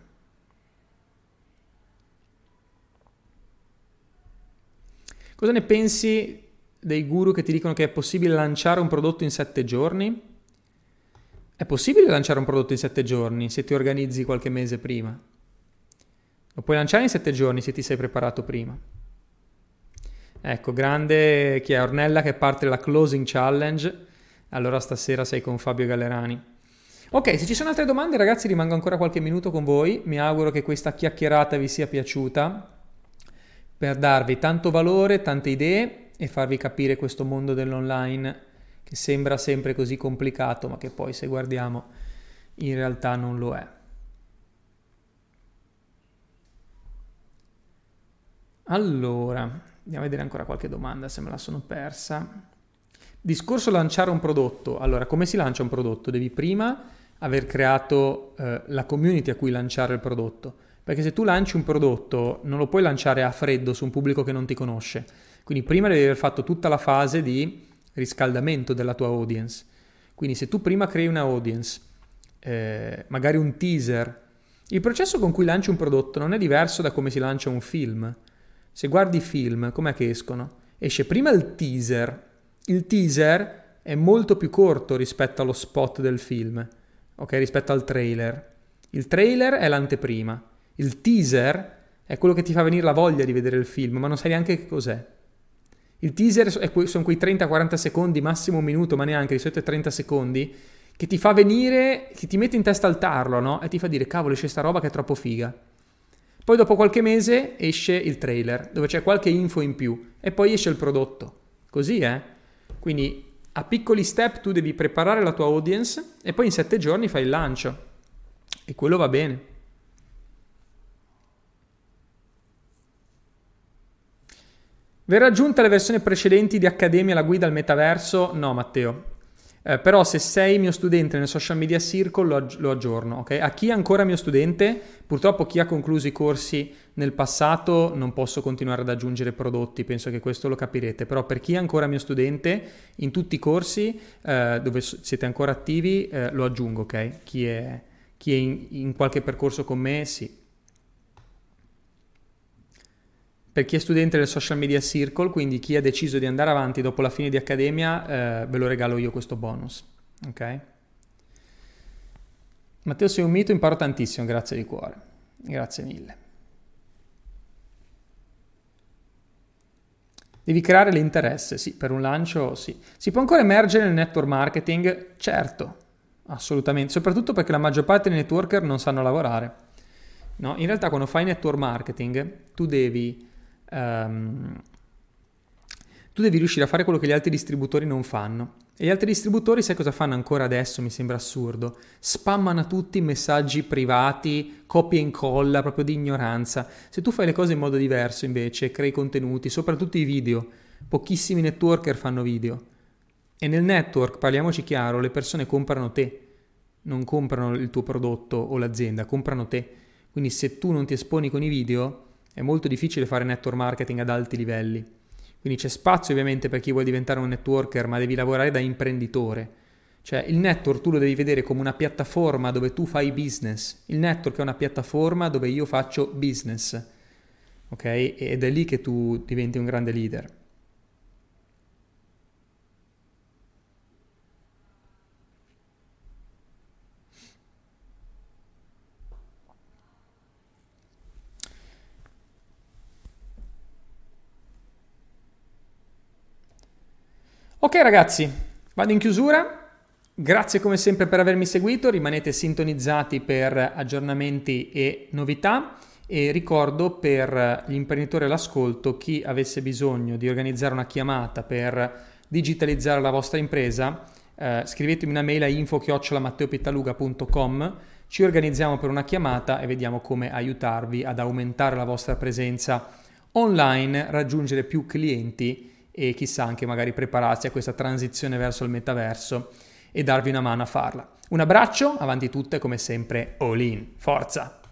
Cosa ne pensi dei guru che ti dicono che è possibile lanciare un prodotto in sette giorni? È possibile lanciare un prodotto in sette giorni se ti organizzi qualche mese prima. Lo puoi lanciare in sette giorni se ti sei preparato prima. Ecco, grande chi è Ornella che parte la Closing Challenge. Allora stasera sei con Fabio Gallerani. Ok, se ci sono altre domande, ragazzi, rimango ancora qualche minuto con voi. Mi auguro che questa chiacchierata vi sia piaciuta per darvi tanto valore, tante idee e farvi capire questo mondo dell'online che sembra sempre così complicato, ma che poi, se guardiamo, in realtà non lo è. Allora, Andiamo a vedere ancora qualche domanda se me la sono persa. Discorso lanciare un prodotto. Allora, come si lancia un prodotto? Devi prima aver creato eh, la community a cui lanciare il prodotto, perché se tu lanci un prodotto non lo puoi lanciare a freddo su un pubblico che non ti conosce, quindi prima devi aver fatto tutta la fase di riscaldamento della tua audience. Quindi se tu prima crei una audience, eh, magari un teaser, il processo con cui lanci un prodotto non è diverso da come si lancia un film. Se guardi i film, com'è che escono? Esce prima il teaser. Il teaser è molto più corto rispetto allo spot del film, ok? Rispetto al trailer. Il trailer è l'anteprima. Il teaser è quello che ti fa venire la voglia di vedere il film, ma non sai neanche che cos'è. Il teaser è que- sono quei trenta quaranta secondi, massimo un minuto, ma neanche, di solito trenta secondi, che ti fa venire, che ti mette in testa al tarlo, no? E ti fa dire, cavolo, esce sta roba che è troppo figa. Poi dopo qualche mese esce il trailer, dove c'è qualche info in più, e poi esce il prodotto. Così, eh? Quindi a piccoli step tu devi preparare la tua audience e poi in sette giorni fai il lancio. E quello va bene. Verrà aggiunta le versioni precedenti di Accademia la guida al metaverso? No, Matteo. Eh, però se sei mio studente nel social media circle lo, aggi- lo aggiorno, ok? A chi è ancora mio studente, purtroppo chi ha concluso i corsi nel passato non posso continuare ad aggiungere prodotti, penso che questo lo capirete, però per chi è ancora mio studente in tutti i corsi eh, dove siete ancora attivi eh, lo aggiungo, ok? Chi è, chi è in, in qualche percorso con me, sì. Per chi è studente del Social Media Circle, quindi chi ha deciso di andare avanti dopo la fine di Accademia, eh, ve lo regalo io questo bonus. Ok? Matteo, sei un mito, imparo tantissimo, grazie di cuore. Grazie mille. Devi creare l'interesse, sì, per un lancio, sì. Si può ancora emergere nel network marketing? Certo, assolutamente, soprattutto perché la maggior parte dei networker non sanno lavorare. No? In realtà quando fai network marketing, tu devi... Um, tu devi riuscire a fare quello che gli altri distributori non fanno, e gli altri distributori sai cosa fanno ancora adesso? Mi sembra assurdo, spammano a tutti messaggi privati, copia e incolla, proprio di ignoranza. Se tu fai le cose in modo diverso invece, crei contenuti, soprattutto i video, pochissimi networker fanno video, e nel network, parliamoci chiaro, le persone comprano te, non comprano il tuo prodotto o l'azienda, comprano te. Quindi se tu non ti esponi con i video è molto difficile fare network marketing ad alti livelli. Quindi c'è spazio ovviamente per chi vuole diventare un networker, ma devi lavorare da imprenditore. Cioè il network tu lo devi vedere come una piattaforma dove tu fai business. Il network è una piattaforma dove io faccio business. Ok? Ed è lì che tu diventi un grande leader. Ok ragazzi, vado in chiusura, grazie come sempre per avermi seguito, rimanete sintonizzati per aggiornamenti e novità, e ricordo per gli imprenditori all'ascolto, chi avesse bisogno di organizzare una chiamata per digitalizzare la vostra impresa, eh, scrivetemi una mail a info chiocciola matteopittaluga punto com, ci organizziamo per una chiamata e vediamo come aiutarvi ad aumentare la vostra presenza online, raggiungere più clienti e chissà anche magari prepararsi a questa transizione verso il metaverso e darvi una mano a farla. Un abbraccio, avanti tutte, come sempre, all in, forza!